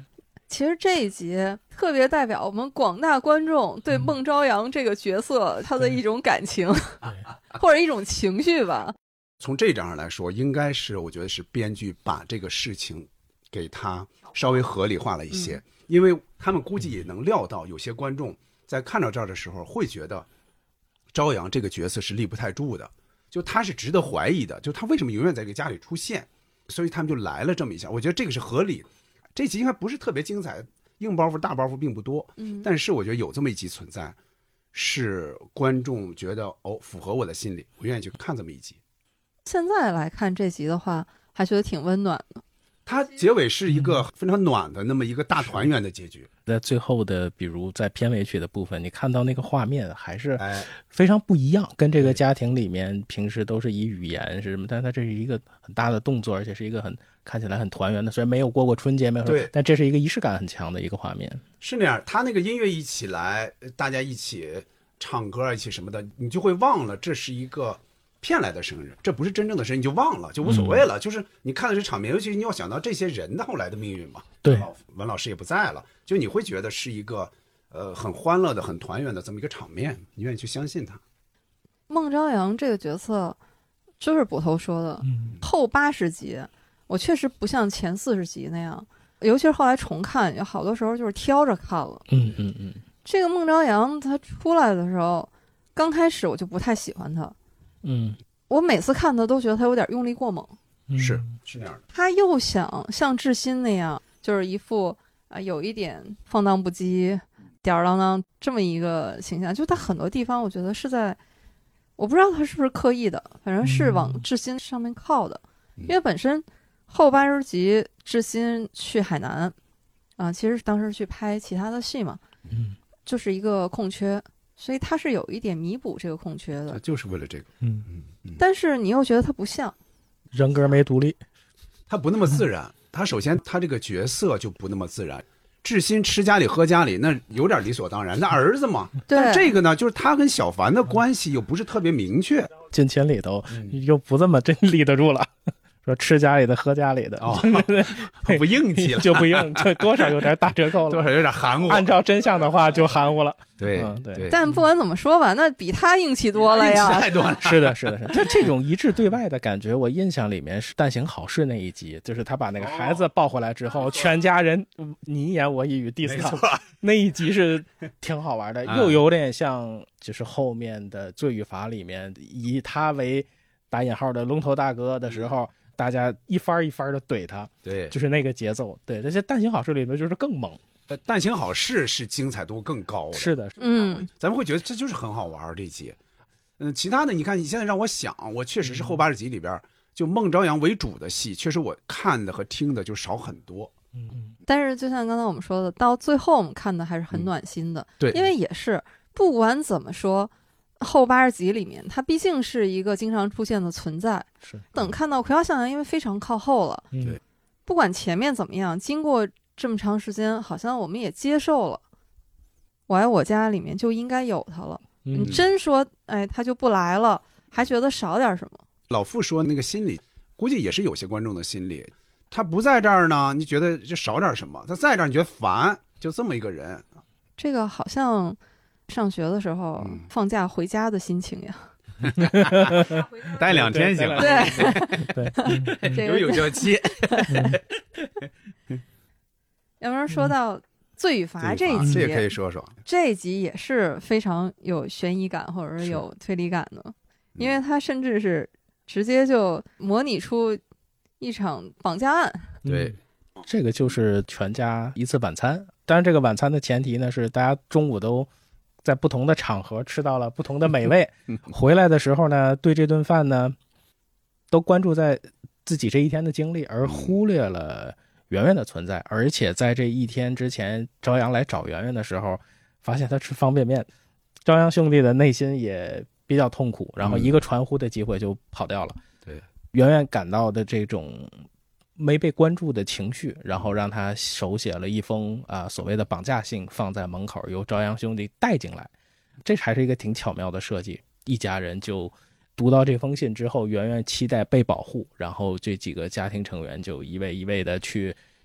其实这一集特别代表我们广大观众对孟朝阳这个角色他的一种感情、嗯、或者一种情绪吧。 从这张上来说，应该是我觉得是编剧把这个事情给他稍微合理化了一些、嗯、因为他们估计也能料到有些观众在看到这儿的时候会觉得朝阳这个角色是立不太住的，就他是值得怀疑的，就他为什么永远在这个家里出现，所以他们就来了这么一下，我觉得这个是合理的。这集应该不是特别精彩，硬包袱大包袱并不多，嗯，但是我觉得有这么一集存在，是观众觉得哦符合我的心理，我愿意去看这么一集。 现在来看这集的话，还觉得挺温暖的。 它结尾是一个非常暖的那么一个大团圆的结局。 在最后的，比如在片尾曲的部分，你看到那个画面还是非常不一样，哎、跟这个家庭里面平时都是以语言是什么，但它这是一个很大的动作，而且是一个很看起来很团圆的。虽然没有过过春节，没有， 对， 但这是一个仪式感很强的一个画面。 是那样，他那个音乐一起来，大家一起唱歌，一起什么的，你就会忘了这是一个骗来的生日，这不是真正的生日，你就忘了，就无所谓了、嗯、就是你看的是场面，尤其你要想到这些人的后来的命运嘛， 对， 文老师也不在了，就你会觉得是一个呃很欢乐的很团圆的这么一个场面，你愿意去相信他。 孟朝阳这个角色就是捕头说的、嗯、后八十集我确实不像前四十集那样，尤其是后来重看有好多时候就是挑着看了。 嗯嗯嗯， 这个孟朝阳他出来的时候刚开始我就不太喜欢他， 嗯， 我每次看他都觉得他有点用力过猛， 是是那样的。 他又想像志新那样，就是一副啊、呃、有一点放荡不羁、吊儿郎当这么一个形象。就他很多地方，我觉得是在，我不知道他是不是刻意的，反正是往志新上面靠的。嗯、因为本身后八十集志新去海南啊、呃，其实当时去拍其他的戏嘛， 嗯， 就是一个空缺。所以他是有一点弥补这个空缺的， 就是为了这个， 嗯嗯。 但是你又觉得他不像， 人格没独立， 他不那么自然。他首先他这个角色就不那么自然。志新吃家里喝家里，那有点理所当然，那儿子嘛。但这个呢，就是他跟小凡的关系又不是特别明确。 近亲里头又不这么真立得住了。说吃家里的喝家里的， 哦，不硬气了， 就不硬，就多少有点打折扣了， 多少有点含糊。 按照真相的话，就含糊了。 对、 嗯、对, 对。 但不管怎么说吧，那比他硬气多了呀， 太多了。 是的，是的，是的。这这种一致对外的感觉，我印象里面是《但行好事》那一集，就是他把那个孩子抱回来之后，哦、全家人你一言我一语 diss 他，那一集是挺好玩的，又有点像就是后面的《罪与罚》里面以他为打引号的龙头大哥的时候。嗯，大家一番一番的怼他， 对， 就是那个节奏。对，这些《但行好事》里面就是更猛， 《但行好事》是精彩度更高的。 是的， 嗯， 咱们会觉得这就是很好玩这集。嗯，其他的你看，你现在让我想，我确实是后八十集里边、嗯、就孟朝阳为主的戏，确实我看的和听的就少很多。 嗯嗯。 但是就像刚才我们说的，到最后我们看的还是很暖心的。 嗯、对， 因为也是不管怎么说。后八十集里面，它毕竟是一个经常出现的存在。 是， 等看到《葵花向阳》，因为非常靠后了， 对、嗯， 不管前面怎么样，经过这么长时间，好像我们也接受了。我爱我家里面就应该有它了。 嗯、 你真说，哎，他就不来了，还觉得少点什么？ 老傅说那个心理，估计也是有些观众的心理。他不在这儿呢，你觉得就少点什么；他在这儿，你觉得烦，就这么一个人。 这个好像。上学的时候、嗯、放假回家的心情呀， 待两天行了， 对对对， 有有交期。 要不然说到罪与罚这一集， 这也可以说说， 这一集也是非常有悬疑感或者是有推理感的，因为它甚至是直接就模拟出一场绑架案。 对， 这个就是全家一次晚餐，当然这个晚餐的前提呢是大家中午都在不同的场合吃到了不同的美味，回来的时候呢，对这顿饭呢，都关注在自己这一天的经历，而忽略了圆圆的存在。而且在这一天之前，朝阳来找圆圆的时候，发现他吃方便面，朝阳兄弟的内心也比较痛苦，然后一个传呼的机会就跑掉了。 对， 圆圆感到的这种没被关注的情绪，然后让他手写了一封啊、呃、所谓的绑架信放在门口，由朝阳兄弟带进来，这还是一个挺巧妙的设计。一家人就读到这封信之后，圆圆期待被保护，然后这几个家庭成员就一位一位的去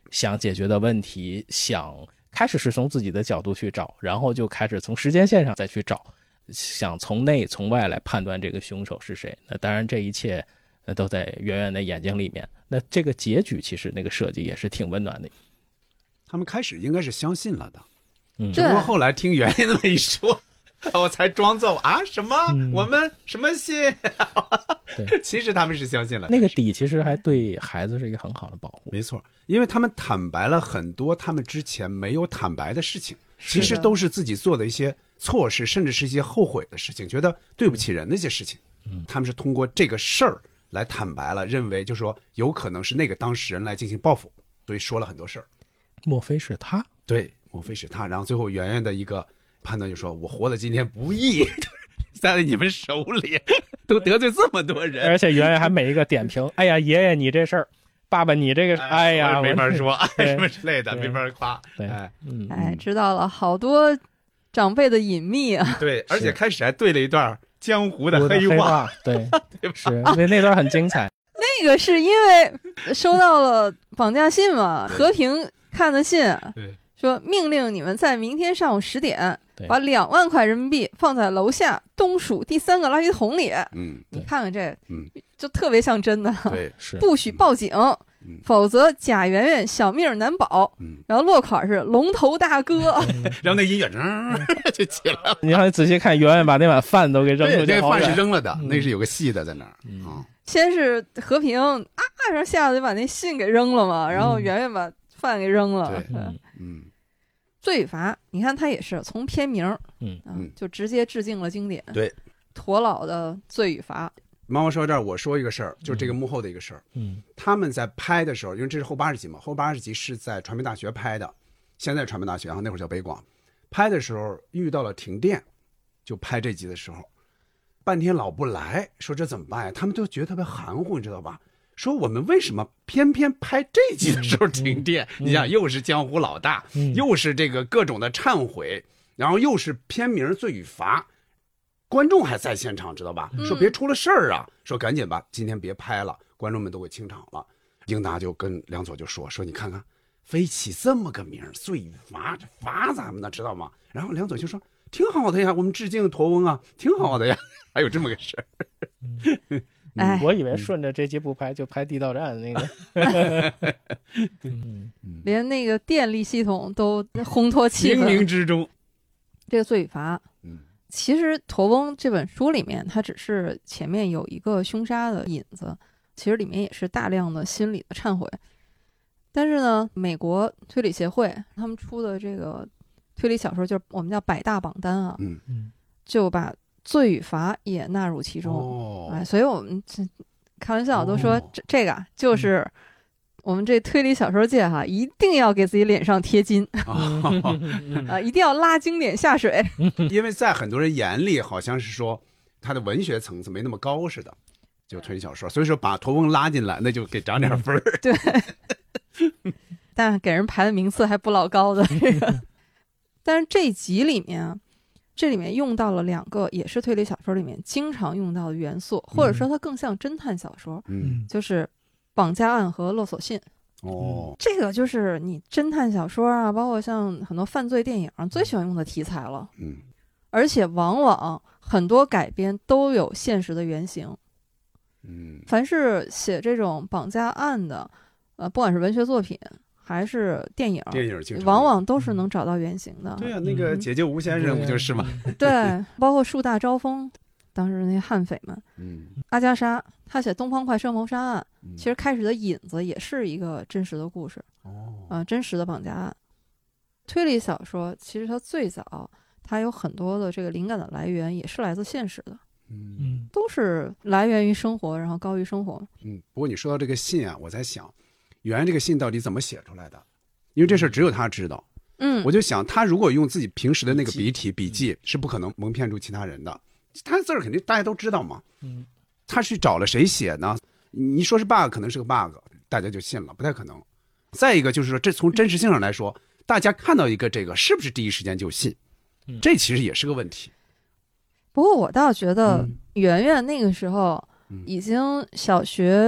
想解决的问题，想开始是从自己的角度去找，然后就开始从时间线上再去找，想从内从外来判断这个凶手是谁。那当然这一切那都在圆圆的眼睛里面。那这个结局其实那个设计也是挺温暖的。 他们开始应该是相信了的， 嗯， 只不过后来听圆圆那么一说，我才装作啊什么、嗯、我们什么信对，其实他们是相信了。 那个底其实还对孩子是一个很好的保护。 没错，因为他们坦白了很多他们之前没有坦白的事情，其实都是自己做的一些错事，甚至是一些后悔的事情，觉得对不起人的一些事情。嗯，他们是通过这个事儿来坦白了，认为就是说有可能是那个当事人来进行报复，所以说了很多事儿。 莫非是他？ 对，莫非是他。然后最后圆圆的一个判断就说，我活的今天不易，在你们手里都得罪这么多人， 而且圆圆还每一个点评，哎呀爷爷你这事儿，爸爸你这个哎, 哎呀没法说什么之类的，没法夸。 对， 哎， 嗯，哎，知道了好多长辈的隐秘啊。 对，而且开始还对了一段江湖的黑话， 话对，是因为那段很精彩。 那个是因为收到了绑架信嘛，和平看的信，说命令你们在明天上午十点把两万块人民币放在楼下东属第三个垃圾桶里。 嗯， 你看看这， 嗯， 就特别像真的。 对，是不许报警，嗯、否则贾圆圆小命难保。嗯，然后落款是龙头大哥， 嗯、然后那音乐就起来了。 你要仔细看，圆圆把那碗饭都给扔出去， 那个饭是扔了的，嗯、那是有个戏的在那儿。嗯。嗯先是和平啊，然后下来就把那信给扔了嘛，然后圆圆把饭给扔了。 对，嗯嗯。 罪与罚，你看他也是从片名， 嗯啊，就直接致敬了经典。 对， 驼老的罪与罚。 妈妈说到这儿，我说一个事儿，就是这个幕后的一个事儿。 嗯， 他们在拍的时候，因为这是后八十集嘛，后八十集是在传媒大学拍的，现在传媒大学，然后那会儿叫北广，拍的时候遇到了停电，就拍这集的时候。半天老不来，说这怎么办呀？他们都觉得特别含糊，你知道吧？说我们为什么偏偏拍这集的时候停电？嗯嗯、你想，又是江湖老大，嗯、又是这个各种的忏悔，然后又是片名罪与罚，观众还在现场，知道吧？ 嗯、 说别出了事儿啊，说赶紧吧，今天别拍了，观众们都会清场了。英达就跟梁左就说说你看看，非起这么个名，罪与罚，这罚咱们呢，知道吗？然后梁左就说。挺好的呀，我们致敬驼翁啊，挺好的呀，还有这么个事儿。 哎， 我以为顺着这集不拍就拍地道战那个， 嗯、连那个电力系统都烘托气氛。 冥冥之中， 这个罪与罚，嗯，其实驼翁这本书里面，它只是前面有一个凶杀的引子，其实里面也是大量的心理的忏悔。但是呢，美国推理协会他们出的这个。推理小说就是我们叫百大榜单啊， 嗯嗯， 就把罪与罚也纳入其中， 哦， 哎，所以我们开玩笑都说这、哦、这个就是我们这推理小说界哈，一定要给自己脸上贴金， 哦、 啊，一定要拉经典下水， 因为在很多人眼里好像是说他的文学层次没那么高似的，就推理小说，所以说把驼翁拉进来，那就给涨点分儿， 对，但是给人排的名次还不老高的这个。但是这集里面，这里面用到了两个也是推理小说里面经常用到的元素，或者说它更像侦探小说， 嗯， 就是绑架案和勒索信。 哦， 这个就是你侦探小说啊，包括像很多犯罪电影最喜欢用的题材了。 嗯， 而且往往很多改编都有现实的原型。 嗯， 凡是写这种绑架案的，呃，不管是文学作品。还是电影， 电影往往都是能找到原型的。 对呀、啊，那个解救吴先生不就是吗？ 嗯、对，包括树大招风，当时那些悍匪们， 嗯， 阿加莎他写《东方快车谋杀案》，嗯，其实开始的引子也是一个真实的故事， 哦， 啊、呃，真实的绑架案。推理小说其实它最早，它有很多的这个灵感的来源也是来自现实的， 嗯， 都是来源于生活，然后高于生活。 嗯，不过你说到这个信啊，我在想。原来这个信到底怎么写出来的？因为这事儿只有他知道。 嗯， 我就想，他如果用自己平时的那个笔体笔记，是不可能蒙骗住其他人的。他的字儿肯定大家都知道嘛。 嗯， 他是找了谁写呢？你说是 bug， 可能是个 bug， 大家就信了，不太可能。再一个就是说，这从真实性上来说，大家看到一个这个，是不是第一时间就信？这其实也是个问题。 不过我倒觉得，圆圆那个时候已经小学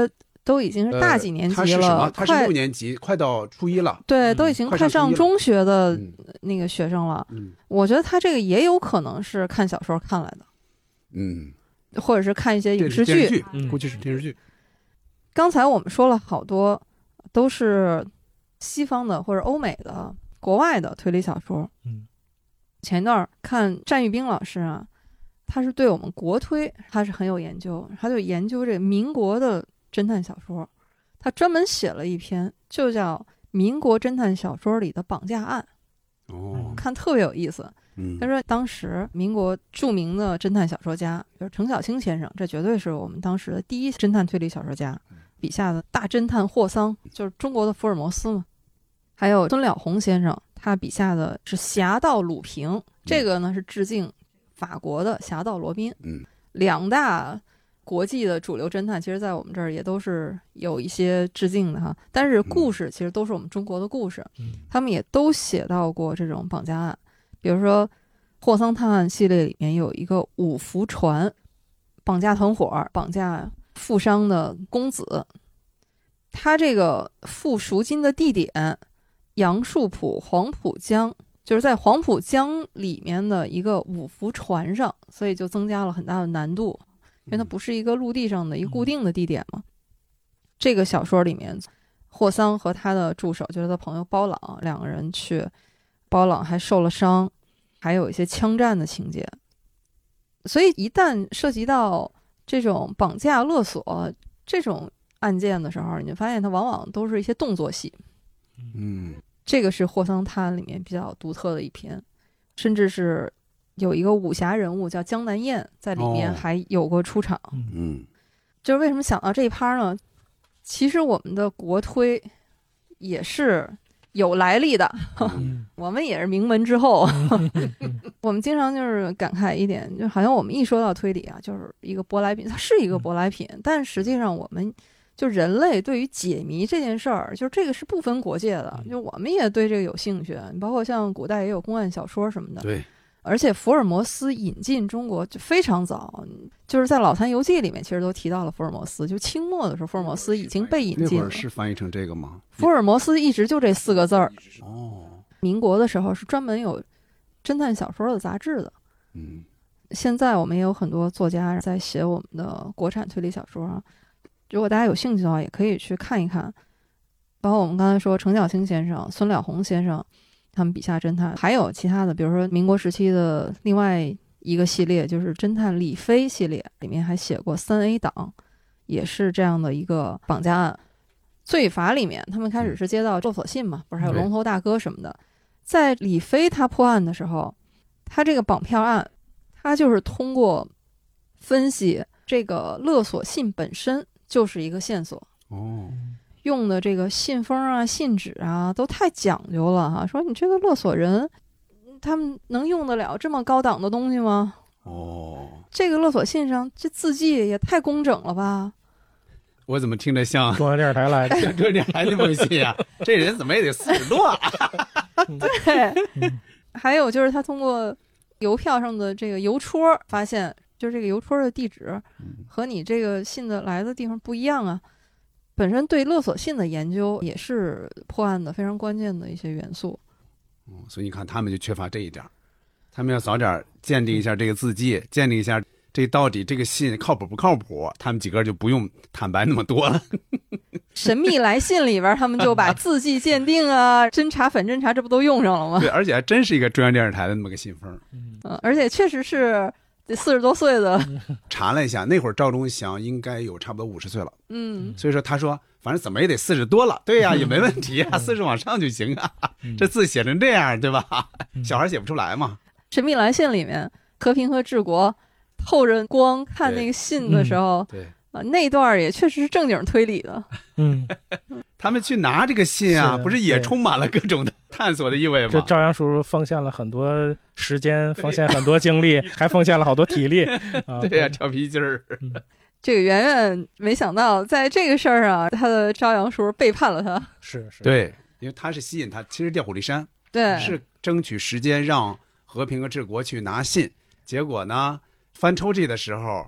都已经是大几年级了， 呃、他是什么？他是六快年级，快到初一了。 对，都已经快上中学的那个学生了。 嗯， 我觉得他这个也有可能是看小说看来的。 嗯， 或者是看一些影视剧， 电视剧，估计是电视剧。 刚才我们说了好多，都是西方的或者欧美的、国外的推理小说。 嗯， 前一段看战玉冰老师啊，他是对我们国推他是很有研究，他就研究这个民国的侦探小说，他专门写了一篇，就叫《民国侦探小说里的绑架案》。 哦， 看特别有意思。 嗯， 他说当时民国著名的侦探小说家就是程小青先生，这绝对是我们当时的第一侦探推理小说家，笔下的大侦探霍桑就是中国的福尔摩斯嘛。还有孙了红先生，他笔下的是侠盗鲁平，这个呢是致敬法国的侠盗罗宾。 嗯， 两大国际的主流侦探其实在我们这儿也都是有一些致敬的哈，但是故事其实都是我们中国的故事，他们也都写到过这种绑架案。比如说霍桑探案系列里面有一个五福船绑架团伙，绑架富商的公子，他这个付赎金的地点杨树浦黄浦江，就是在黄浦江里面的一个五福船上，所以就增加了很大的难度，因为它不是一个陆地上的一个固定的地点嘛。这个小说里面霍桑和他的助手就是他朋友包朗两个人去，包朗还受了伤，还有一些枪战的情节。所以一旦涉及到这种绑架勒索这种案件的时候，你就发现它往往都是一些动作戏。 嗯， 这个是霍桑探案里面比较独特的一篇，甚至是有一个武侠人物叫江南燕在里面还有过出场。 嗯， 就是为什么想到这一趴呢？其实我们的国推也是有来历的，我们也是名门之后。我们经常就是感慨一点，就好像我们一说到推理啊，就是一个舶来品，它是一个舶来品，但实际上我们就人类对于解谜这件事儿，就是这个是不分国界的，就我们也对这个有兴趣，包括像古代也有公案小说什么的。 对。 而且福尔摩斯引进中国就非常早，就是在《老残游记》里面其实都提到了福尔摩斯，就清末的时候福尔摩斯已经被引进了。 那会儿是翻译成这个吗？ 福尔摩斯一直就这四个字儿。 哦， 民国的时候是专门有侦探小说的杂志的。 嗯， 现在我们也有很多作家在写我们的国产推理小说啊，如果大家有兴趣的话，也可以去看一看。包括我们刚才说程小青先生、孙了红先生他们笔下侦探，还有其他的，比如说民国时期的另外一个系列，就是侦探李飞系列，里面还写过三 A 档，也是这样的一个绑架案。罪法里面他们开始是接到勒索信嘛，不是还有龙头大哥什么的。在李飞他破案的时候，他这个绑票案，他就是通过分析这个勒索信本身就是一个线索。 哦。 用的这个信封啊、信纸啊都太讲究了哈，说你这个勒索人，他们能用得了这么高档的东西吗？ 哦， 这个勒索信上这字迹也太工整了吧？ 我怎么听着像中央电视台来的？ 中央电视台那封信啊，这人怎么也得四十多啊？ 对，还有就是他通过邮票上的这个邮戳发现，就是这个邮戳的地址和你这个信的来的地方不一样啊。本身对勒索信的研究也是破案的非常关键的一些元素。 嗯，所以你看他们就缺乏这一点，他们要早点鉴定一下这个字迹，鉴定一下这到底这个信靠谱不靠谱，他们几个就不用坦白那么多了。 神秘来信里边他们就把字迹鉴定啊、侦查反侦查这不都用上了吗？ 对，而且还真是一个中央电视台的那么个信封。 嗯，而且确实是四十多岁的。 查了一下，那会儿赵忠祥应该有差不多五十岁了。 嗯， 所以说他说反正怎么也得四十多了。对呀、啊，也没问题啊，四十往上就行啊。这字写成这样，对吧？小孩写不出来嘛。 神秘来信里面，和平和治国透着光看那个信的时候， 对。对啊，那段也确实是正经推理的。 嗯， 他们去拿这个信啊，不是也充满了各种的探索的意味吗？ 这朝阳叔叔奉献了很多时间，奉献很多精力，还奉献了好多体力。啊、 对呀、啊，跳皮筋儿。 嗯、 这个圆圆没想到，在这个事儿上，他的朝阳叔背叛了他。 是是， 对，因为他是吸引他，其实调虎离山， 对， 是争取时间让和平和治国去拿信。结果呢，翻抽屉的时候。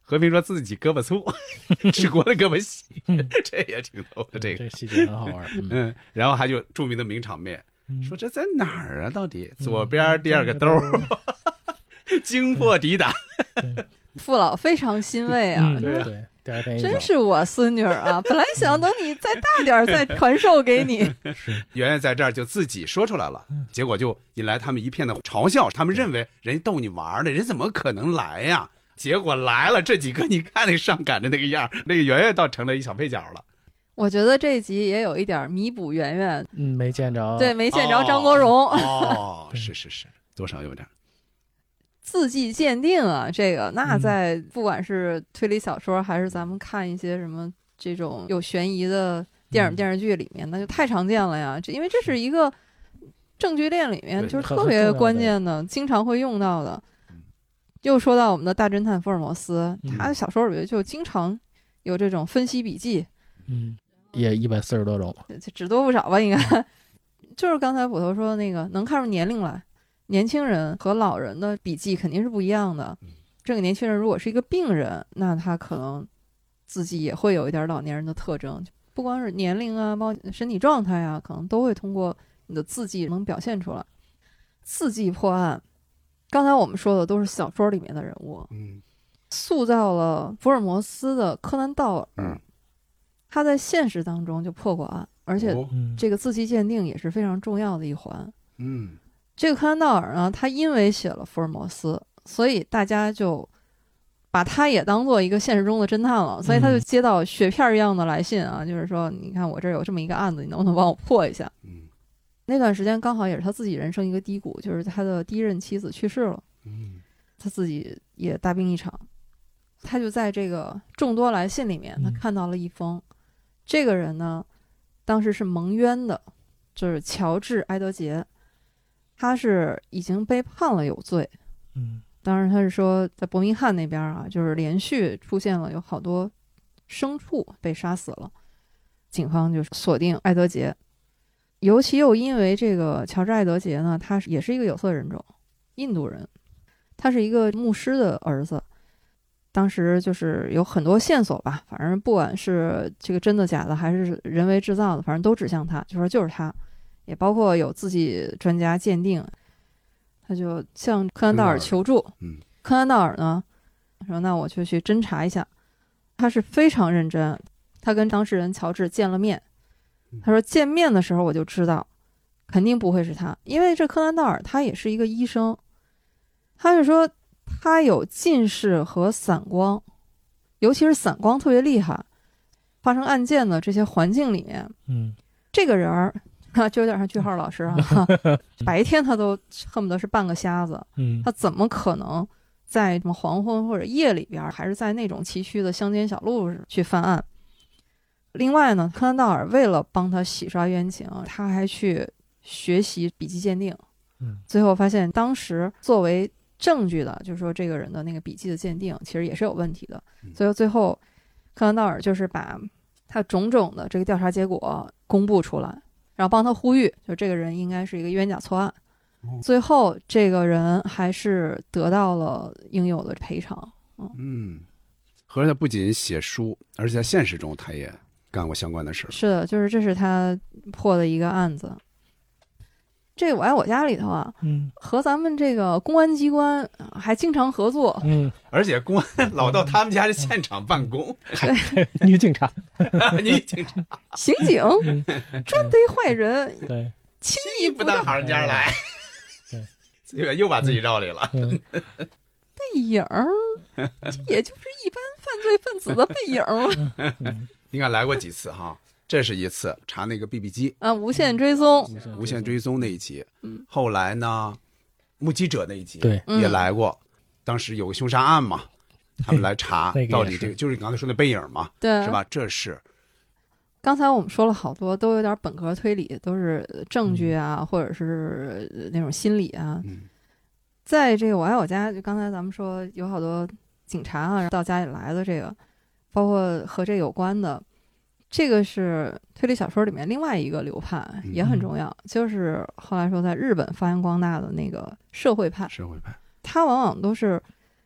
和平说自己胳膊粗，治国的胳膊细，这也挺逗的。这个这细节很好玩。嗯， 嗯然后还有著名的名场面，说这在哪儿啊？到底左边第二个兜儿，惊破敌胆。 父老非常欣慰啊， 嗯、对对，第二天一真是我孙女儿啊！本来想等你再大点儿再传授给你。 圆圆在这儿就自己说出来了，结果就引来他们一片的嘲笑。他们认为人家逗你玩的，人怎么可能来呀？结果来了，这几个你看那上赶的那个样，那个圆圆倒成了一小配角了。 我觉得这一集也有一点弥补圆圆， 嗯，没见着， 对，没见着张国荣。 哦，哦是是是，多少有点。 字迹鉴定啊，这个那在不管是推理小说，还是咱们看一些什么这种有悬疑的电影、电视剧里面，那就太常见了呀。这因为这是一个证据链里面就是特别关键的，经常会用到的。又说到我们的大侦探福尔摩斯，他的小说里面就经常有这种分析笔记， 嗯，也一百四十多种， 只多不少吧，应该。就是刚才捕头说的那个，能看出年龄来。年轻人和老人的笔记肯定是不一样的。这个年轻人如果是一个病人，那他可能字迹也会有一点老年人的特征，不光是年龄啊，包括身体状态啊，可能都会通过你的字迹能表现出来。字迹破案，刚才我们说的都是小说里面的人物， 嗯， 塑造了福尔摩斯的柯南道尔，嗯，他在现实当中就破过案，而且这个字迹鉴定也是非常重要的一环。 嗯。 这个柯南道尔呢，他因为写了福尔摩斯，所以大家就把他也当做一个现实中的侦探了，所以他就接到雪片一样的来信啊，嗯、就是说，你看我这儿有这么一个案子，你能不能帮我破一下？嗯，那段时间刚好也是他自己人生一个低谷，就是他的第一任妻子去世了，嗯，他自己也大病一场，他就在这个众多来信里面，他看到了一封，嗯、这个人呢，当时是蒙冤的，就是乔治·埃德杰。他是已经被判了有罪，嗯，当然他是说在伯明翰那边啊，就是连续出现了有好多牲畜被杀死了，警方就锁定埃德杰，尤其又因为这个乔治·埃德杰呢，他也是一个有色人种，印度人，他是一个牧师的儿子，当时就是有很多线索吧，反正不管是这个真的假的还是人为制造的，反正都指向他，就说就是他。也包括有自己专家鉴定，他就向柯南道尔求助。嗯，柯南道尔呢说：“那我就去侦查一下。”他是非常认真，他跟当事人乔治见了面。他说：“见面的时候我就知道，肯定不会是他，因为这柯南道尔他也是一个医生。他是说他有近视和散光，尤其是散光特别厉害。发生案件的这些环境里面，嗯，这个人儿。”啊，就有点像句号老师啊，白天他都恨不得是半个瞎子，嗯，他怎么可能在什么黄昏或者夜里边，还是在那种崎岖的乡间小路去犯案？另外呢，柯南道尔为了帮他洗刷冤情，他还去学习笔迹鉴定，嗯，最后发现当时作为证据的，就是说这个人的那个笔迹的鉴定，其实也是有问题的，所以最后柯南道尔就是把他种种的这个调查结果公布出来。然后帮他呼吁，就这个人应该是一个冤假错案。最后，这个人还是得到了应有的赔偿。嗯， 嗯合着他不仅写书，而且在现实中他也干过相关的事。 是的，就是这是他破的一个案子。这个我爱我家里头啊，嗯，和咱们这个公安机关还经常合作， 嗯，而且公安老到他们家的现场办公， 对，女警察， 女警察， 刑警，专逮坏人， 对， 轻易不到好人家来，对，这个又把自己绕里了。 背影儿，这也就是一般犯罪分子的背影儿嘛。 你看来过几次哈？这是一次查那个 B B 机啊，无限追踪， 无限追踪那一集。嗯，后来呢，目击者那一集对也来过，嗯、当时有个凶杀案嘛，他们来查到底这个就是你刚才说的背影嘛， 对， 是吧？这是。 刚才我们说了好多，都有点本格推理，都是证据啊，嗯、或者是那种心理啊。嗯，在这个我爱我家，就刚才咱们说有好多警察啊到家里来的这个，包括和这有关的。这个是推理小说里面另外一个流派，也很重要，嗯、就是后来说在日本发扬光大的那个社会派。 社会派， 它往往都是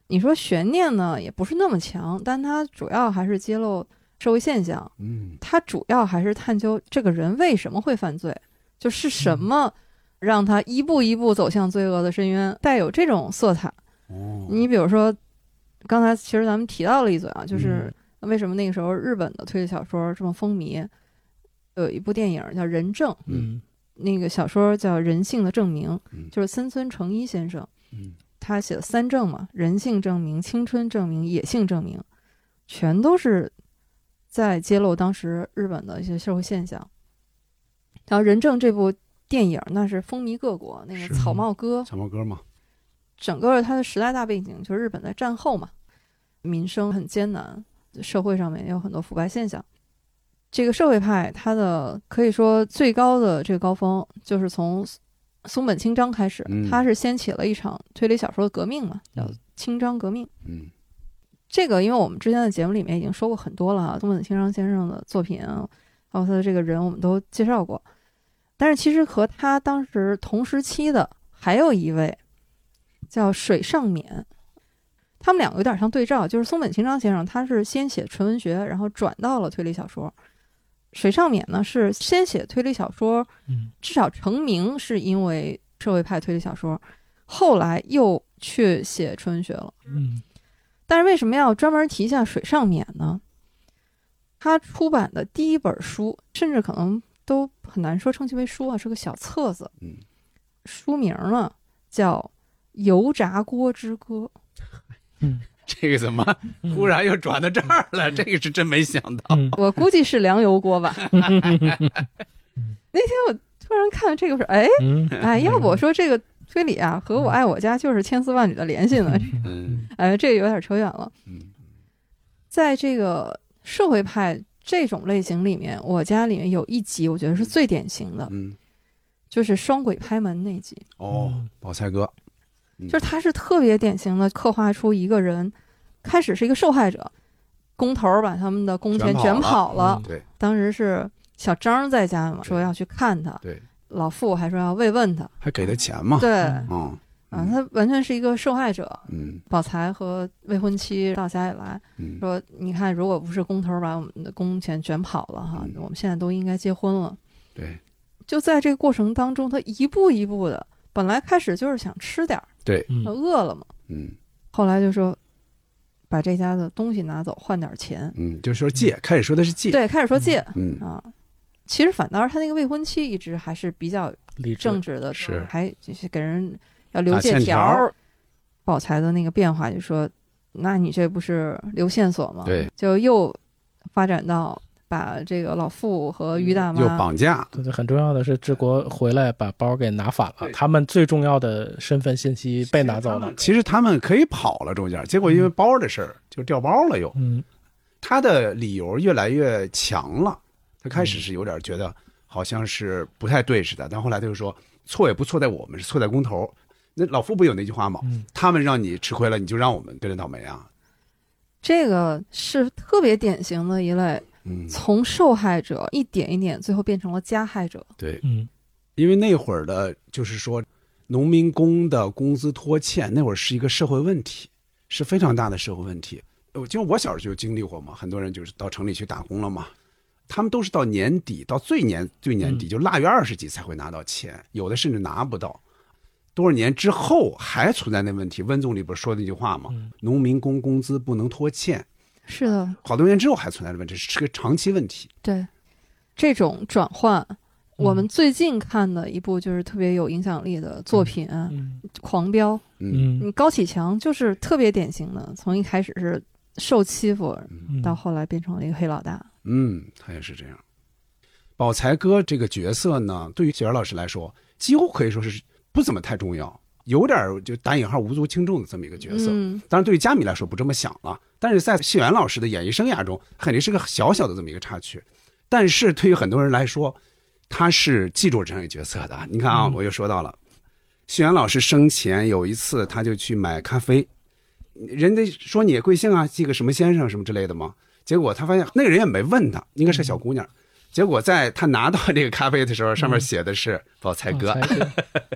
你说悬念呢，也不是那么强，但它主要还是揭露社会现象。 嗯， 它主要还是探究这个人为什么会犯罪，就是什么让他一步一步走向罪恶的深渊，带有这种色彩。 哦， 你比如说，刚才其实咱们提到了一嘴啊，就是为什么那个时候日本的推理小说这么风靡？有一部电影叫《人证》， 嗯， 那个小说叫《人性的证明》， 嗯， 就是森村诚一先生， 嗯， 他写的三证嘛，人性证明、青春证明、野性证明，全都是在揭露当时日本的一些社会现象。然后《人证》这部电影那是风靡各国，那个草帽歌， 草帽歌嘛， 整个它的时代大背景就是日本在战后嘛，民生很艰难，社会上面也有很多腐败现象。这个社会派它的可以说最高的这个高峰就是从松本清张开始， 嗯， 他是掀起了一场推理小说的革命嘛，叫清张革命。 嗯， 这个因为我们之前的节目里面已经说过很多了啊，松本清张先生的作品啊，包括他的这个人我们都介绍过。但是其实和他当时同时期的还有一位叫水上勉，他们两个有点像对照，就是松本清张先生他是先写纯文学，然后转到了推理小说。水上勉呢是先写推理小说，至少成名是因为社会派推理小说，后来又去写纯文学了。 嗯， 但是为什么要专门提一下水上勉呢？他出版的第一本书，甚至可能都很难说称其为书啊，是个小册子。 嗯， 书名呢叫《油炸锅之歌》。 嗯， 这个怎么忽然又转到这儿了？这个是真没想到。 嗯， 我估计是粮油锅吧。那天我突然看这个是，哎，哎，要不我说这个推理啊，和我爱我家就是千丝万缕的联系呢。 嗯， 哎，这个有点扯远了。 嗯， 在这个社会派这种类型里面，我家里面有一集我觉得是最典型的， 嗯， 就是双轨拍门那集。 哦，宝菜哥， 就是他是特别典型的刻画出一个人开始是一个受害者，工头把他们的工钱卷跑了， 对， 当时是小张在家嘛，说要去看他， 对， 老傅还说要慰问他， 还给他钱嘛， 对， 嗯， 啊，他完全是一个受害者。 嗯， 宝财和未婚妻到家里来， 嗯， 说你看，如果不是工头把我们的工钱卷跑了哈， 嗯， 我们现在都应该结婚了。 对， 就在这个过程当中，他一步一步的，本来开始就是想吃点儿， 对， 他饿了嘛， 嗯， 后来就说把这家的东西拿走换点钱， 嗯，就是说借，开始说的是借， 对，开始说借， 嗯啊，其实反倒是他那个未婚妻一直还是比较正直的， 是还就是给人要留借条。宝财的那个变化就说，那你这不是留线索吗？ 对， 就又发展到把这个老傅和于大妈又绑架。 对对，很重要的是治国回来把包给拿反了，他们最重要的身份信息被拿走了。 其实他们可以跑了中间，结果因为包的事儿就掉包了又。 嗯， 他的理由越来越强了，他开始是有点觉得好像是不太对似的，但后来他就说错也不错在我们，是错在工头。那老傅不有那句话吗？ 嗯， 他们让你吃亏了，你就让我们跟着倒霉啊。 这个是特别典型的一类， 嗯， 从受害者一点一点，最后变成了加害者。 对， 嗯， 因为那会儿的，就是说，农民工的工资拖欠，那会儿是一个社会问题，是非常大的社会问题。我就我小时候就经历过嘛，很多人就是到城里去打工了嘛，他们都是到年底，到最年最年底，就腊月二十几才会拿到钱，有的甚至拿不到。多少年之后还存在那问题？温总理不是说那句话吗？ 嗯， 农民工工资不能拖欠。 是的， 好多年之后还存在的问题，是个长期问题。 对，这种转换，我们最近看的一部就是特别有影响力的作品， 嗯， 狂飙。 嗯， 你高启强就是特别典型的，从一开始是受欺负， 嗯， 到后来变成了一个黑老大。 嗯，他也是这样。宝财哥这个角色呢，对于谢元老师来说，几乎可以说是不怎么太重要，有点就打引号无足轻重的这么一个角色。 嗯， 当然对于佳米来说不这么想了，但是在谢元老师的演艺生涯中，肯定是个小小的这么一个插曲。但是对于很多人来说，他是记住这样一个角色的。你看啊，我又说到了，谢元老师生前有一次，他就去买咖啡，人家说你贵姓啊，记个什么先生什么之类的吗？结果他发现那个人也没问他，应该是小姑娘。结果在他拿到这个咖啡的时候，上面写的是宝财哥。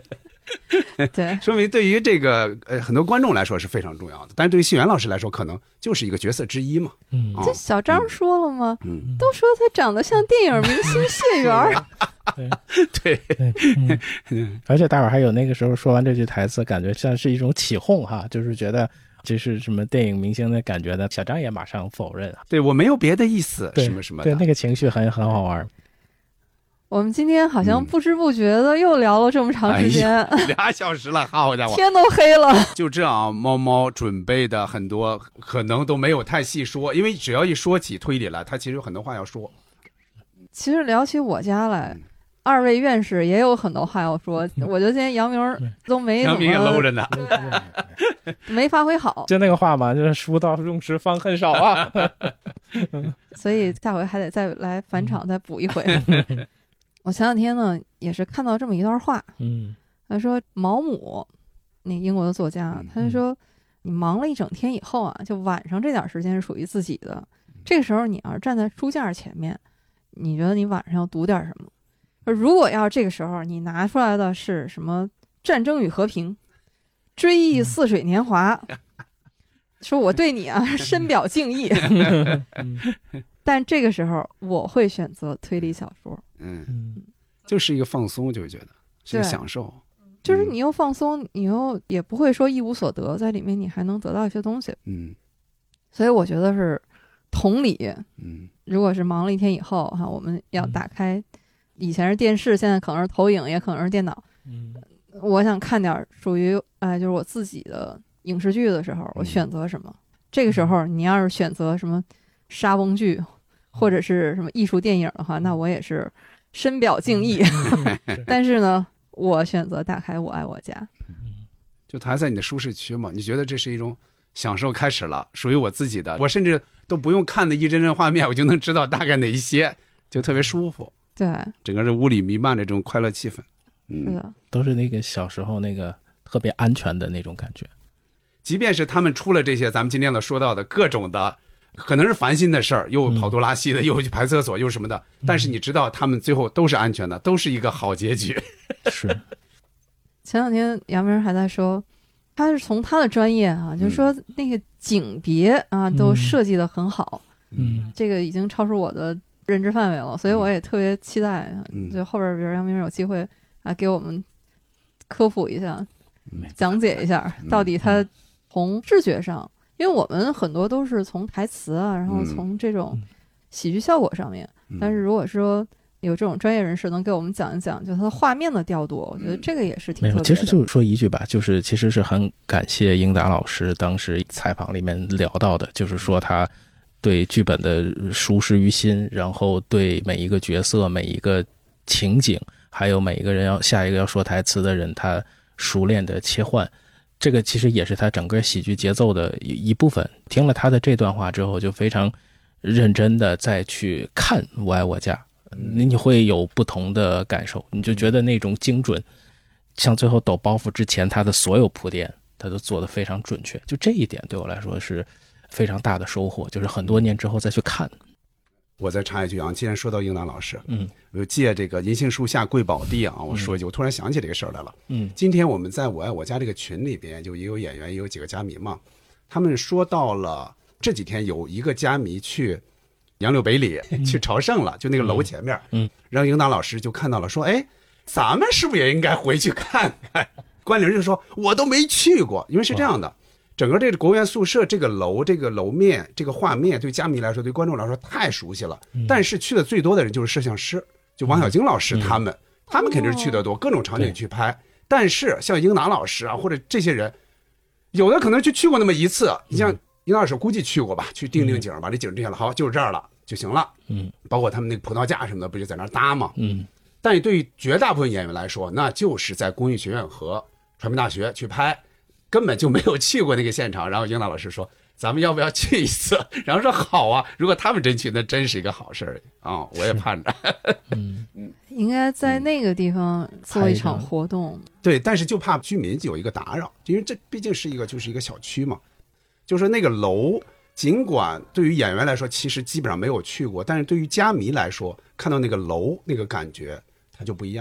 对， 说明对于这个呃很多观众来说是非常重要的，但是对于信源老师来说，可能就是一个角色之一嘛。 嗯， 啊、 这小张说了吗？ 嗯， 都说他长得像电影明星谢元。 对对，嗯，而且大伙儿还有那个时候说完这句台词，感觉像是一种起哄哈，就是觉得这是什么电影明星的感觉的。小张也马上否认， 对我没有别的意思，什么什么的， 对那个情绪很很好玩。 我们今天好像不知不觉的又聊了这么长时间， 哎、俩小时了，好家伙， 天都黑了。 就这样，猫猫准备的很多可能都没有太细说，因为只要一说起推理来，他其实有很多话要说。 其实聊起我家来，嗯、二位院士也有很多话要说。嗯、我觉得今天杨明都没怎么， 杨明也搂着呢， 没发挥好。 就那个话嘛，就是书到用时方恨少啊。 所以下回还得再来返场再补一回。我前两天呢也是看到这么一段话， 嗯， 他说毛姆，那英国的作家，他就说、嗯、你忙了一整天以后啊，就晚上这点时间是属于自己的，这个时候你要是站在书架前面，你觉得你晚上要读点什么？如果要这个时候你拿出来的是什么战争与和平、追忆似水年华，嗯、说我对你啊深表敬意。但这个时候我会选择推理小说。 嗯，就是一个放松，就会觉得是一个享受。 就是你又放松，你又也不会说一无所得，在里面你还能得到一些东西。 嗯， 所以我觉得是同理。 嗯， 如果是忙了一天以后哈，我们要打开，以前是电视，现在可能是投影，也可能是电脑。 嗯， 我想看点属于哎、呃，就是我自己的影视剧的时候，我选择什么？嗯、这个时候你要是选择什么莎翁剧，或者是什么艺术电影的话，那我也是深表敬意。但是呢，我选择打开《我爱我家》， 就它还在你的舒适区嘛？你觉得这是一种享受开始了，属于我自己的，我甚至都不用看的一帧帧画面，我就能知道大概哪一些，就特别舒服。 对， 整个这屋里弥漫着这种快乐气氛。嗯， 是的， 都是那个小时候那个特别安全的那种感觉。 即便是他们出了这些咱们今天的说到的各种的。可能是烦心的事儿，又跑肚拉稀的，嗯、又去排厕所，又什么的。但是你知道，他们最后都是安全的，都是一个好结局。 是。 前两天杨明还在说，他是从他的专业啊，就是说那个景别啊，嗯、都设计得很好。 嗯， 这个已经超出我的认知范围了，所以我也特别期待， 嗯、 就后边比如杨明有机会啊，给我们科普一下， 嗯、 讲解一下，到底他从视觉上。因为我们很多都是从台词啊，然后从这种喜剧效果上面， 嗯、 但是如果说有这种专业人士能给我们讲一讲，就它的画面的调度，我觉得这个也是挺特别的。 没有，其实就是说一句吧，就是其实是很感谢英达老师当时采访里面聊到的，就是说他对剧本的熟识于心，然后对每一个角色、每一个情景，还有每一个人要下一个要说台词的人，他熟练的切换。这个其实也是他整个喜剧节奏的一部分。听了他的这段话之后，就非常认真的再去看《我爱我家》，你会有不同的感受，你就觉得那种精准，像最后抖包袱之前他的所有铺垫，他都做得非常准确。就这一点对我来说是非常大的收获，就是很多年之后再去看。 我再插一句啊，既然说到英达老师， 嗯， 我就借这个银杏树下贵宝地啊，我说一句，我突然想起这个事儿来了。 嗯， 今天我们在我爱我家这个群里边，就也有演员，也有几个家迷嘛，他们说到了这几天有一个家迷去杨柳北里、嗯、去朝圣了，就那个楼前面， 嗯， 然后英达老师就看到了，说，哎，咱们是不是也应该回去看看？关玲就说，我都没去过，因为是这样的。整个这个国务院宿舍这个楼，这个楼面，这个画面，对家迷来说，对观众来说太熟悉了。 嗯、 但是去的最多的人就是摄像师，就王小晶老师他们，嗯、他们肯定是去得多，各种场景去拍。但是像英达老师啊，或者这些人，有的可能就去过那么一次。你像英达老师估计去过吧，去定定景，把这景定下来，好，就是这儿了就行了。 嗯， 包括他们那个葡萄架什么的，不就在那儿搭吗？ 嗯。 但是对于绝大部分演员来说，那就是在工艺学院和传媒大学去拍。根本就没有去过那个现场，然后英达老师说：“咱们要不要去一次？”然后说：“好啊！如果他们真去，那真是一个好事儿啊！”我也盼着。 嗯嗯，应该在那个地方做一场活动。 对，但是就怕居民有一个打扰，因为这毕竟是一个就是一个小区嘛。就是那个楼，尽管对于演员来说，其实基本上没有去过，但是对于家迷来说，看到那个楼那个感觉，它就不一样。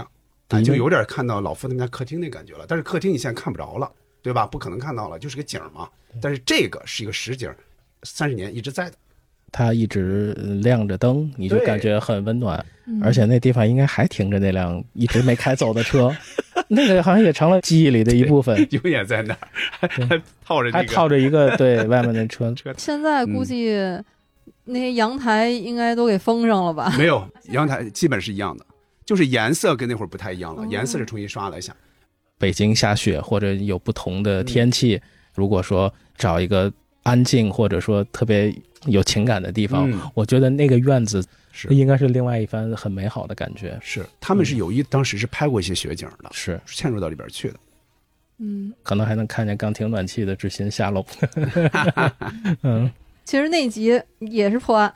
啊，就有点看到老夫他们家客厅那感觉了。但是客厅你现在看不着了，对吧？不可能看到了，就是个景嘛。但是这个是一个实景，三十年一直在的。 它一直亮着灯，你就感觉很温暖。而且那地方应该还停着那辆一直没开走的车，那个好像也成了记忆里的一部分， 永远在那儿，还, 还套着、这个、 还套着一个对外面的车。 现在估计那些阳台应该都给封上了吧？ 没有，阳台基本是一样的，就是颜色跟那会儿不太一样了，哦、颜色是重新刷了一下。 北京下雪或者有不同的天气，嗯、如果说找一个安静或者说特别有情感的地方，嗯、我觉得那个院子是应该是另外一番很美好的感觉。 是，他们是有意、嗯、当时是拍过一些雪景的， 是嵌入到里边去的。 嗯， 可能还能看见刚停暖气的志新下楼。嗯， 其实那集也是破案。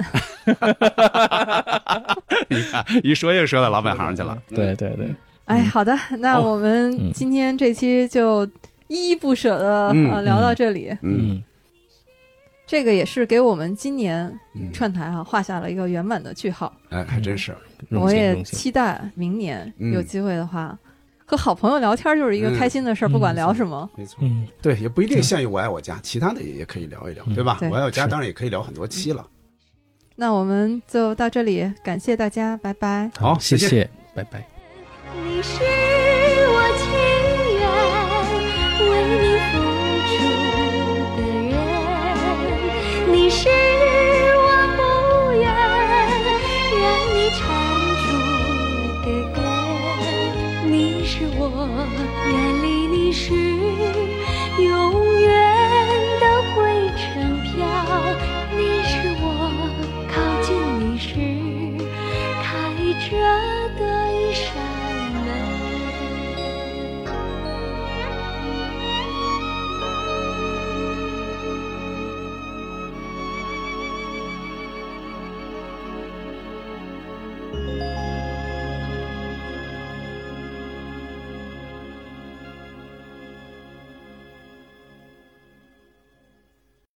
你看，一说又说到老本行去了。 对对对。 哎，好的，那我们今天这期就依依不舍的、嗯呃、聊到这里。 嗯， 这个也是给我们今年串台啊画下了一个圆满的句号。 哎，还真是。 我也期待明年有机会的话。嗯和好朋友聊天就是一个开心的事儿、嗯，不管聊什么， 没错，嗯，对，也不一定限于我爱我家，其他的也可以聊一聊，嗯、对吧？对我爱我家当然也可以聊很多期了。 那我们就到这里，感谢大家，拜拜。 好， 谢谢，谢谢拜拜。 你是我情愿为你付出的人，你是我不愿让你缠住的根。你是我眼里，你是永远的灰尘飘。你是我靠近你时开着的一扇